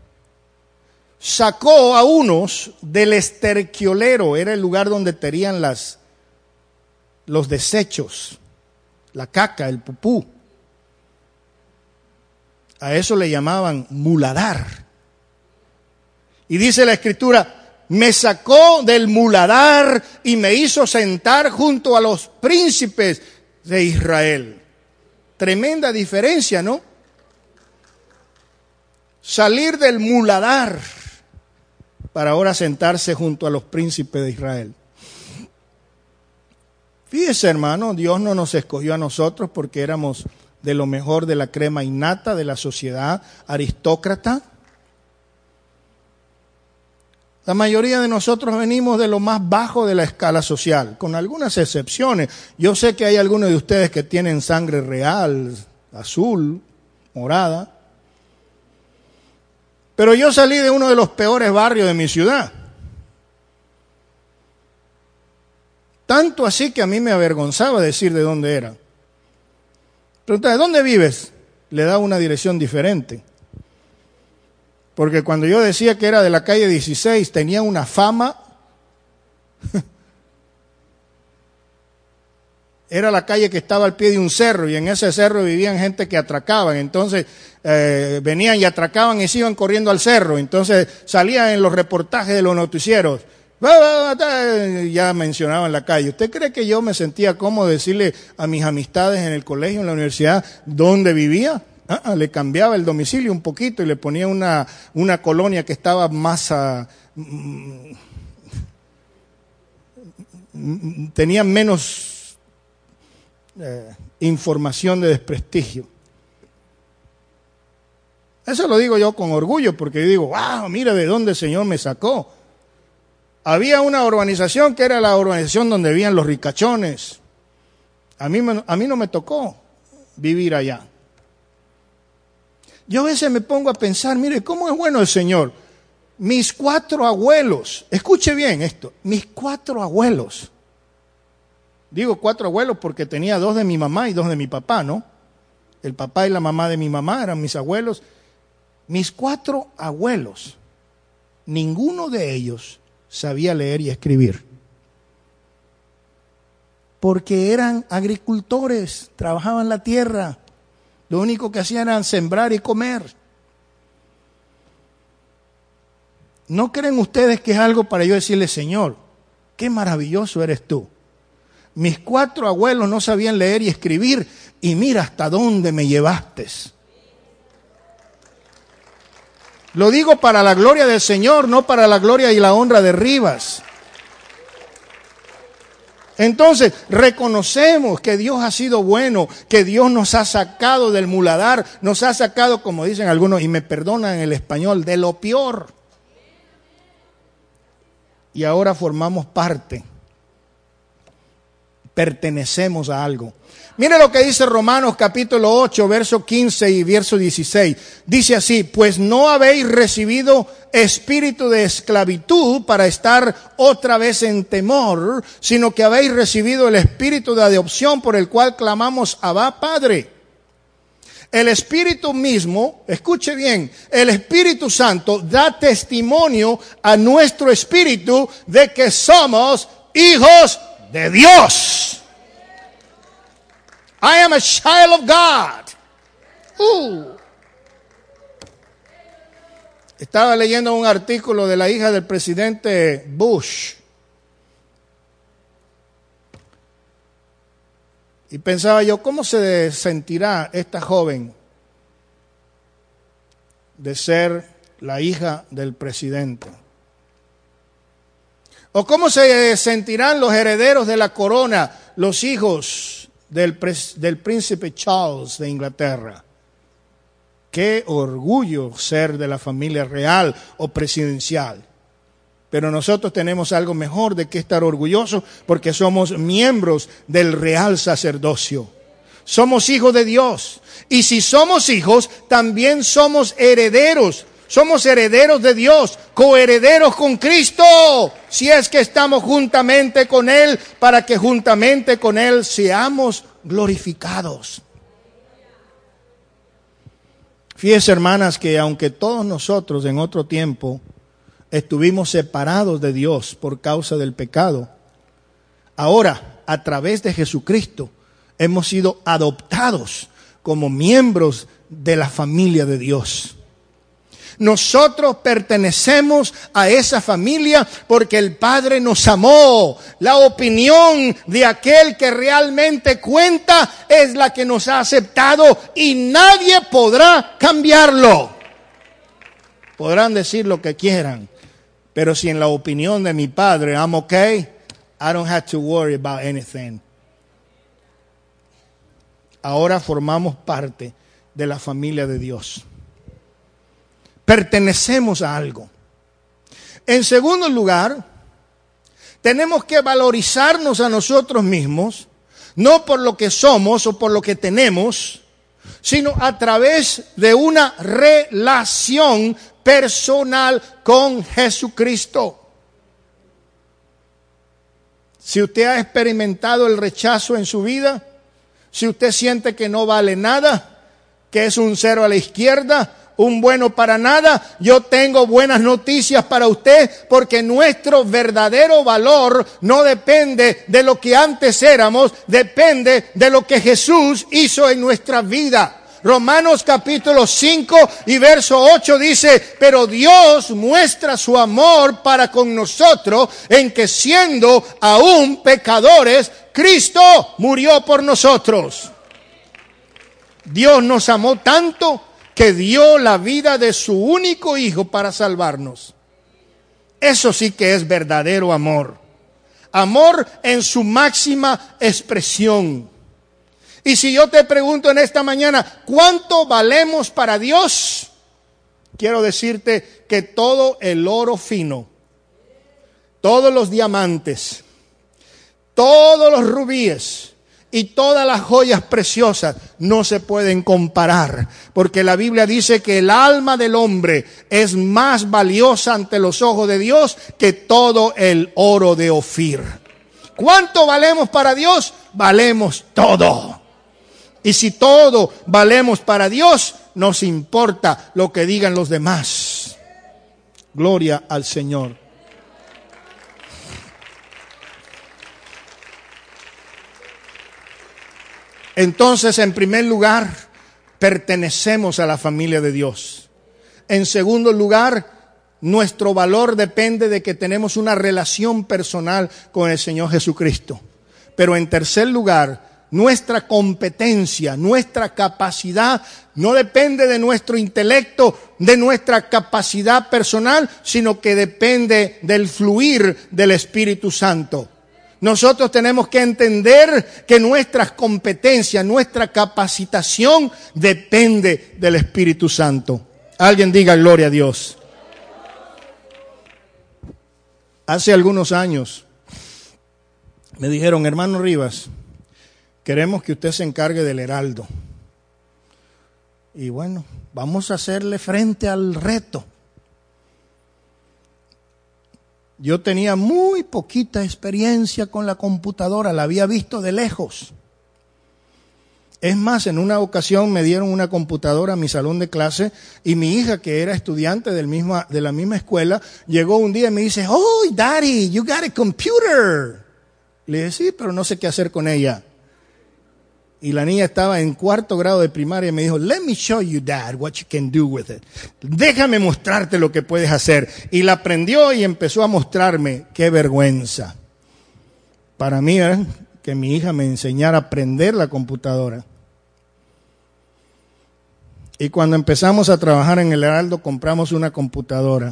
Speaker 1: sacó a unos del esterquiolero, era el lugar donde tenían los desechos, la caca, el pupú. A eso le llamaban muladar. Y dice la Escritura, me sacó del muladar y me hizo sentar junto a los príncipes de Israel. Tremenda diferencia, ¿no? Salir del muladar para ahora sentarse junto a los príncipes de Israel. Fíjese, hermano, Dios no nos escogió a nosotros porque éramos de lo mejor de la crema innata de la sociedad aristócrata. La mayoría de nosotros venimos de lo más bajo de la escala social, con algunas excepciones. Yo sé que hay algunos de ustedes que tienen sangre real, azul, morada. Pero yo salí de uno de los peores barrios de mi ciudad. Tanto así que a mí me avergonzaba decir de dónde era. Pregunta, ¿de dónde vives? Le da una dirección diferente. Porque cuando yo decía que era de la calle 16, tenía una fama. Era la calle que estaba al pie de un cerro y en ese cerro vivían gente que atracaban. Entonces venían y atracaban y se iban corriendo al cerro. Entonces salían en los reportajes de los noticieros. Ya mencionaban la calle. ¿Usted cree que yo me sentía cómodo decirle a mis amistades en el colegio, en la universidad, dónde vivía? Le cambiaba el domicilio un poquito y le ponía una colonia que estaba más tenía menos información de desprestigio. Eso lo digo yo con orgullo porque yo digo, wow, mira de dónde el Señor me sacó. Había una urbanización que era la urbanización donde vivían los ricachones. A mí no me tocó vivir allá. Yo a veces me pongo a pensar, mire, ¿cómo es bueno el Señor? Mis 4 abuelos, escuche bien esto, mis 4 abuelos. Digo 4 abuelos porque tenía 2 de mi mamá y 2 de mi papá, ¿no? El papá y la mamá de mi mamá eran mis abuelos. Mis 4 abuelos, ninguno de ellos sabía leer y escribir. Porque eran agricultores, trabajaban la tierra. Lo único que hacían era sembrar y comer. ¿No creen ustedes que es algo para yo decirle, Señor, qué maravilloso eres tú? Mis 4 abuelos no sabían leer y escribir y mira hasta dónde me llevaste. Lo digo para la gloria del Señor, no para la gloria y la honra de Rivas. Entonces, reconocemos que Dios ha sido bueno, que Dios nos ha sacado del muladar, nos ha sacado, como dicen algunos, y me perdonan en el español, de lo peor. Y ahora formamos parte. pertenecemos a algo. Mire lo que dice Romanos capítulo 8, verso 15 y verso 16. Dice así: pues no habéis recibido espíritu de esclavitud para estar otra vez en temor, sino que habéis recibido el espíritu de adopción por el cual clamamos Abba, Padre. El Espíritu mismo, escuche bien, el Espíritu Santo da testimonio a nuestro espíritu de que somos hijos de Dios. I am a child of God. Estaba leyendo un artículo de la hija del presidente Bush. Y pensaba yo, ¿cómo se sentirá esta joven de ser la hija del presidente? ¿O cómo se sentirán los herederos de la corona, los hijos del príncipe Charles de Inglaterra? Qué orgullo ser de la familia real o presidencial. Pero nosotros tenemos algo mejor de que estar orgullosos, porque somos miembros del real sacerdocio. Somos hijos de Dios. Y si somos hijos, también somos herederos. Somos herederos de Dios, coherederos con Cristo, si es que estamos juntamente con Él, para que juntamente con Él seamos glorificados. Fíjense, hermanas, que aunque todos nosotros en otro tiempo estuvimos separados de Dios por causa del pecado, ahora, a través de Jesucristo, hemos sido adoptados como miembros de la familia de Dios. Nosotros pertenecemos a esa familia porque el Padre nos amó. La opinión de aquel que realmente cuenta es la que nos ha aceptado y nadie podrá cambiarlo. Podrán decir lo que quieran, pero si en la opinión de mi Padre I'm okay, I don't have to worry about anything. Ahora formamos parte de la familia de Dios. Pertenecemos a algo. En segundo lugar, tenemos que valorizarnos a nosotros mismos, no por lo que somos o por lo que tenemos, sino a través de una relación personal con Jesucristo. Si usted ha experimentado el rechazo en su vida, si usted siente que no vale nada, que es un cero a la izquierda, un bueno para nada, yo tengo buenas noticias para usted, porque nuestro verdadero valor no depende de lo que antes éramos, depende de lo que Jesús hizo en nuestra vida. Romanos capítulo 5 y verso 8 dice: pero Dios muestra su amor para con nosotros en que, siendo aún pecadores, Cristo murió por nosotros. Dios nos amó tanto que dio la vida de su único Hijo para salvarnos. Eso sí que es verdadero amor. Amor en su máxima expresión. Y si yo te pregunto en esta mañana, ¿cuánto valemos para Dios? Quiero decirte que todo el oro fino, todos los diamantes, todos los rubíes y todas las joyas preciosas no se pueden comparar, porque la Biblia dice que el alma del hombre es más valiosa ante los ojos de Dios que todo el oro de Ofir. ¿Cuánto valemos para Dios? Valemos todo. Y si todo valemos para Dios, nos importa lo que digan los demás. Gloria al Señor. Entonces, en primer lugar, pertenecemos a la familia de Dios. En segundo lugar, nuestro valor depende de que tenemos una relación personal con el Señor Jesucristo. Pero en tercer lugar, nuestra competencia, nuestra capacidad no depende de nuestro intelecto, de nuestra capacidad personal, sino que depende del fluir del Espíritu Santo. Nosotros tenemos que entender que nuestras competencias, nuestra capacitación depende del Espíritu Santo. Alguien diga gloria a Dios. Hace algunos años Me dijeron, hermano Rivas, queremos que usted se encargue del Heraldo. Y bueno, vamos a hacerle frente al reto. Yo tenía muy poquita experiencia con la computadora, la había visto de lejos. Es más, en una ocasión me dieron una computadora a mi salón de clase y mi hija, que era estudiante de la misma escuela, llegó un día y me dice, "Oh, Daddy, you got a computer." Le dije, sí, pero no sé qué hacer con ella. Y la niña estaba en 4º grado de primaria y me dijo, "Let me show you, Dad, what you can do with it." Déjame mostrarte lo que puedes hacer. Y la prendió y empezó a mostrarme. Qué vergüenza. Para mí era que mi hija me enseñara a aprender la computadora. Y cuando empezamos a trabajar en el Heraldo, compramos una computadora.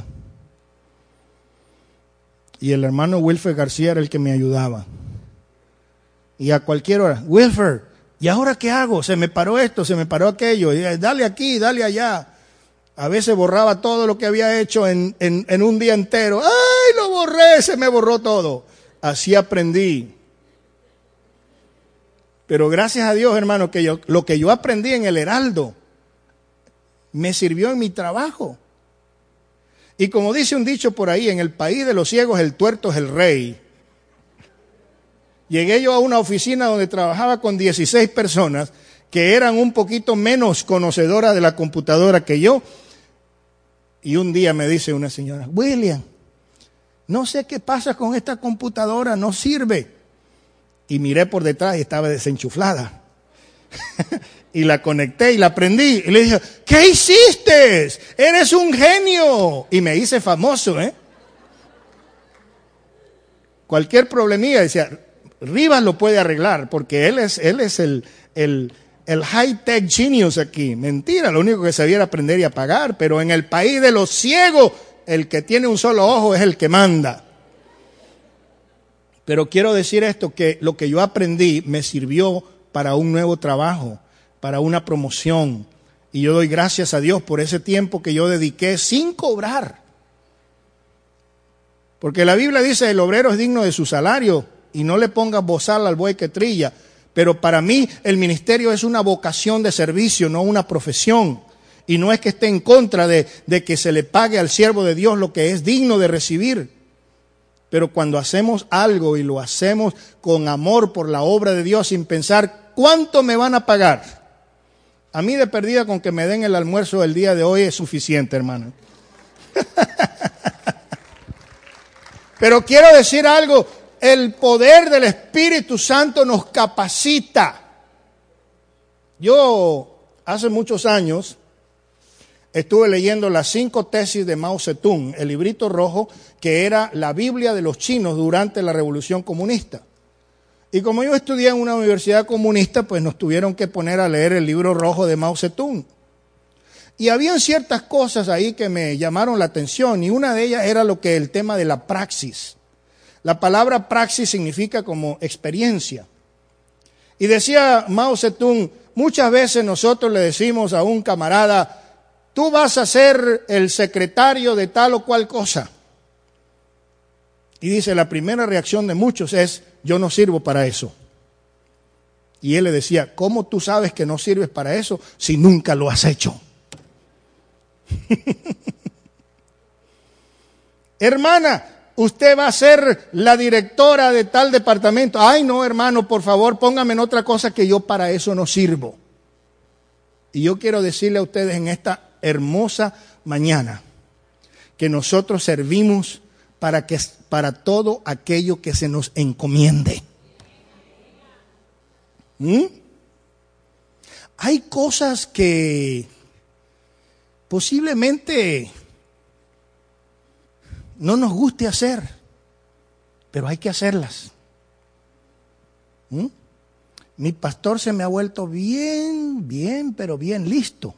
Speaker 1: Y el hermano Wilfer García era el que me ayudaba. Y a cualquier hora, "Wilfer, ¿y ahora qué hago? Se me paró esto, se me paró aquello. Y dale aquí, dale allá." A veces borraba todo lo que había hecho en un día entero. ¡Ay, lo borré! Se me borró todo. Así aprendí. Pero gracias a Dios, hermano, que lo que yo aprendí en el Heraldo me sirvió en mi trabajo. Y como dice un dicho por ahí, en el país de los ciegos el tuerto es el rey. Llegué yo a una oficina donde trabajaba con 16 personas que eran un poquito menos conocedoras de la computadora que yo. Y un día me dice una señora, "William, no sé qué pasa con esta computadora, no sirve." Y miré por detrás y estaba desenchuflada. Y la conecté y la prendí. Y le dije, "¿Qué hiciste? Eres un genio." Y me hice famoso, Cualquier problemilla, decía, Rivas lo puede arreglar, porque él es el high-tech genius aquí. Mentira, lo único que sabía era aprender y apagar. Pero en el país de los ciegos, el que tiene un solo ojo es el que manda. Pero quiero decir esto, que lo que yo aprendí me sirvió para un nuevo trabajo, para una promoción. Y yo doy gracias a Dios por ese tiempo que yo dediqué sin cobrar. Porque la Biblia dice, el obrero es digno de su salario y no le pongas bozal al buey que trilla. Pero para mí el ministerio es una vocación de servicio, no una profesión. Y no es que esté en contra de que se le pague al siervo de Dios lo que es digno de recibir. Pero cuando hacemos algo y lo hacemos con amor por la obra de Dios sin pensar cuánto me van a pagar. A mí de perdida con que me den el almuerzo del día de hoy es suficiente, hermano. Pero quiero decir algo, el poder del Espíritu Santo nos capacita. Yo hace muchos años estuve leyendo las 5 tesis de Mao Zedong, el librito rojo que era la Biblia de los chinos durante la Revolución Comunista. Y como yo estudié en una universidad comunista, pues nos tuvieron que poner a leer el libro rojo de Mao Zedong. Y habían ciertas cosas ahí que me llamaron la atención, y una de ellas era el tema de la praxis. La palabra praxis significa como experiencia. Y decía Mao Zedong, muchas veces nosotros le decimos a un camarada, tú vas a ser el secretario de tal o cual cosa. Y dice, la primera reacción de muchos es, yo no sirvo para eso. Y él le decía, ¿cómo tú sabes que no sirves para eso si nunca lo has hecho? Hermana, usted va a ser la directora de tal departamento. Ay, no, hermano, por favor, póngame en otra cosa que yo para eso no sirvo. Y yo quiero decirle a ustedes en esta hermosa mañana que nosotros servimos para todo aquello que se nos encomiende. Hay cosas que posiblemente no nos guste hacer, pero hay que hacerlas. Mi pastor se me ha vuelto pero bien listo.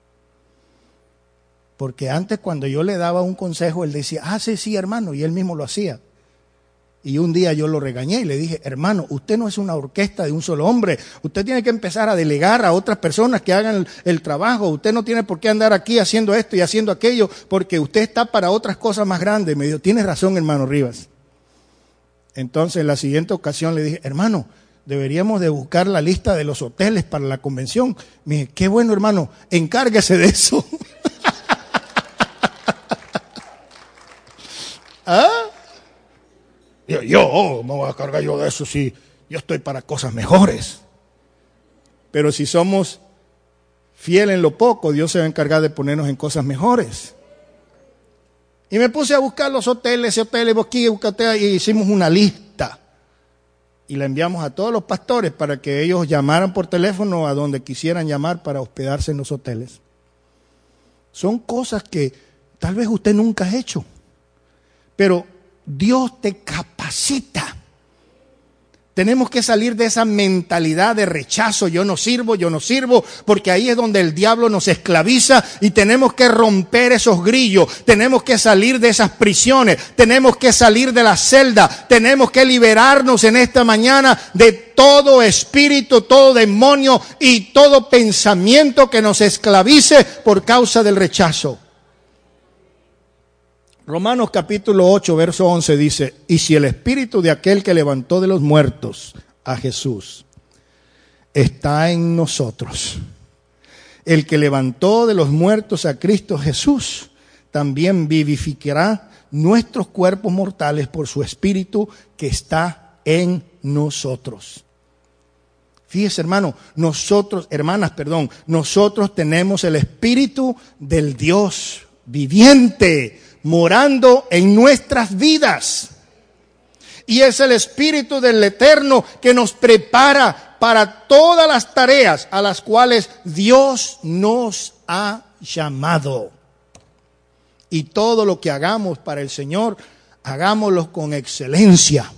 Speaker 1: Porque antes cuando yo le daba un consejo, él decía, sí, hermano, y él mismo lo hacía. Y un día yo lo regañé y le dije, hermano, usted no es una orquesta de un solo hombre. Usted tiene que empezar a delegar a otras personas que hagan el trabajo. Usted no tiene por qué andar aquí haciendo esto y haciendo aquello, porque usted está para otras cosas más grandes. Me dijo, tienes razón, hermano Rivas. Entonces, en la siguiente ocasión le dije, hermano, deberíamos de buscar la lista de los hoteles para la convención. Me dije, qué bueno, hermano, encárguese de eso. ¿Ah? Yo me voy a cargar yo de eso si yo estoy para cosas mejores. Pero si somos fieles en lo poco, Dios se va a encargar de ponernos en cosas mejores. Y me puse a buscar los hoteles, y hicimos una lista. Y la enviamos a todos los pastores para que ellos llamaran por teléfono a donde quisieran llamar para hospedarse en los hoteles. Son cosas que tal vez usted nunca ha hecho. Pero Dios te capacita. Tenemos que salir de esa mentalidad de rechazo, yo no sirvo, porque ahí es donde el diablo nos esclaviza y tenemos que romper esos grillos, tenemos que salir de esas prisiones, tenemos que salir de la celda, tenemos que liberarnos en esta mañana de todo espíritu, todo demonio y todo pensamiento que nos esclavice por causa del rechazo. Romanos capítulo 8, verso 11 dice, y si el espíritu de aquel que levantó de los muertos a Jesús está en nosotros, el que levantó de los muertos a Cristo Jesús también vivificará nuestros cuerpos mortales por su espíritu que está en nosotros. Fíjese, nosotros tenemos el espíritu del Dios viviente morando en nuestras vidas. Y es el Espíritu del Eterno que nos prepara para todas las tareas a las cuales Dios nos ha llamado. Y todo lo que hagamos para el Señor, hagámoslo con excelencia.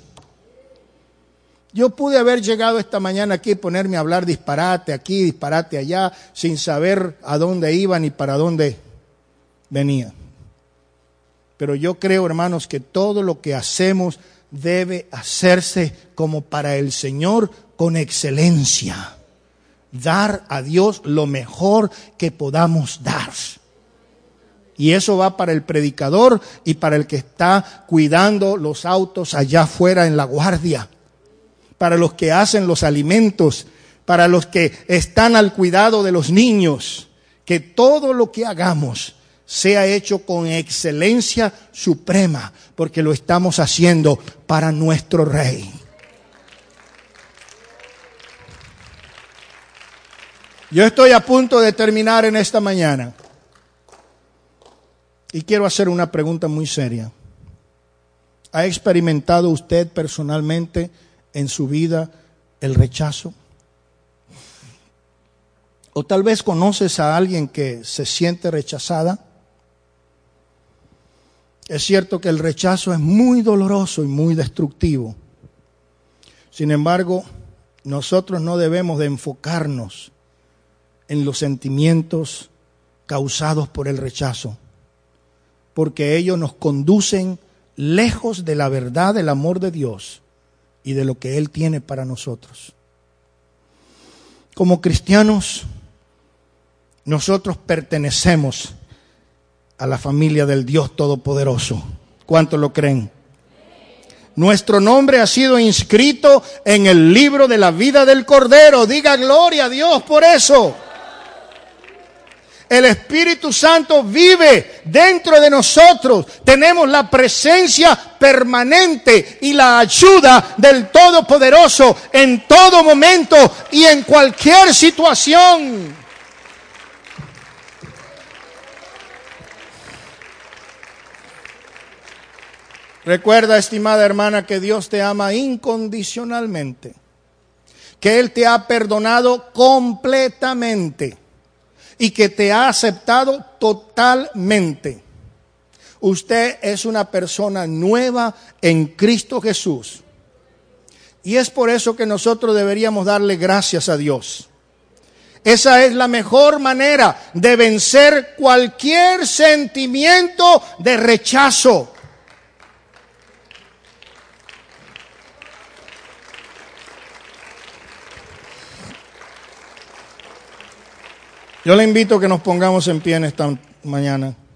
Speaker 1: Yo pude haber llegado esta mañana aquí y ponerme a hablar disparate aquí, disparate allá, sin saber a dónde iba ni para dónde venía. Pero yo creo, hermanos, que todo lo que hacemos debe hacerse como para el Señor con excelencia. Dar a Dios lo mejor que podamos dar. Y eso va para el predicador y para el que está cuidando los autos allá afuera en la guardia. Para los que hacen los alimentos, para los que están al cuidado de los niños. Que todo lo que hagamos sea hecho con excelencia suprema, porque lo estamos haciendo para nuestro Rey. Yo estoy a punto de terminar en esta mañana y quiero hacer una pregunta muy seria. ¿Ha experimentado usted personalmente en su vida el rechazo? ¿O tal vez conoces a alguien que se siente rechazada? Es cierto que el rechazo es muy doloroso y muy destructivo. Sin embargo, nosotros no debemos de enfocarnos en los sentimientos causados por el rechazo, porque ellos nos conducen lejos de la verdad del amor de Dios y de lo que Él tiene para nosotros. Como cristianos, nosotros pertenecemos a la familia del Dios Todopoderoso. ¿Cuántos lo creen? Nuestro nombre ha sido inscrito en el libro de la vida del Cordero. Diga gloria a Dios por eso. El Espíritu Santo vive dentro de nosotros. Tenemos la presencia permanente y la ayuda del Todopoderoso en todo momento y en cualquier situación. Recuerda, estimada hermana, que Dios te ama incondicionalmente, que Él te ha perdonado completamente y que te ha aceptado totalmente. Usted es una persona nueva en Cristo Jesús. Y es por eso que nosotros deberíamos darle gracias a Dios. Esa es la mejor manera de vencer cualquier sentimiento de rechazo. Yo le invito a que nos pongamos en pie en esta mañana.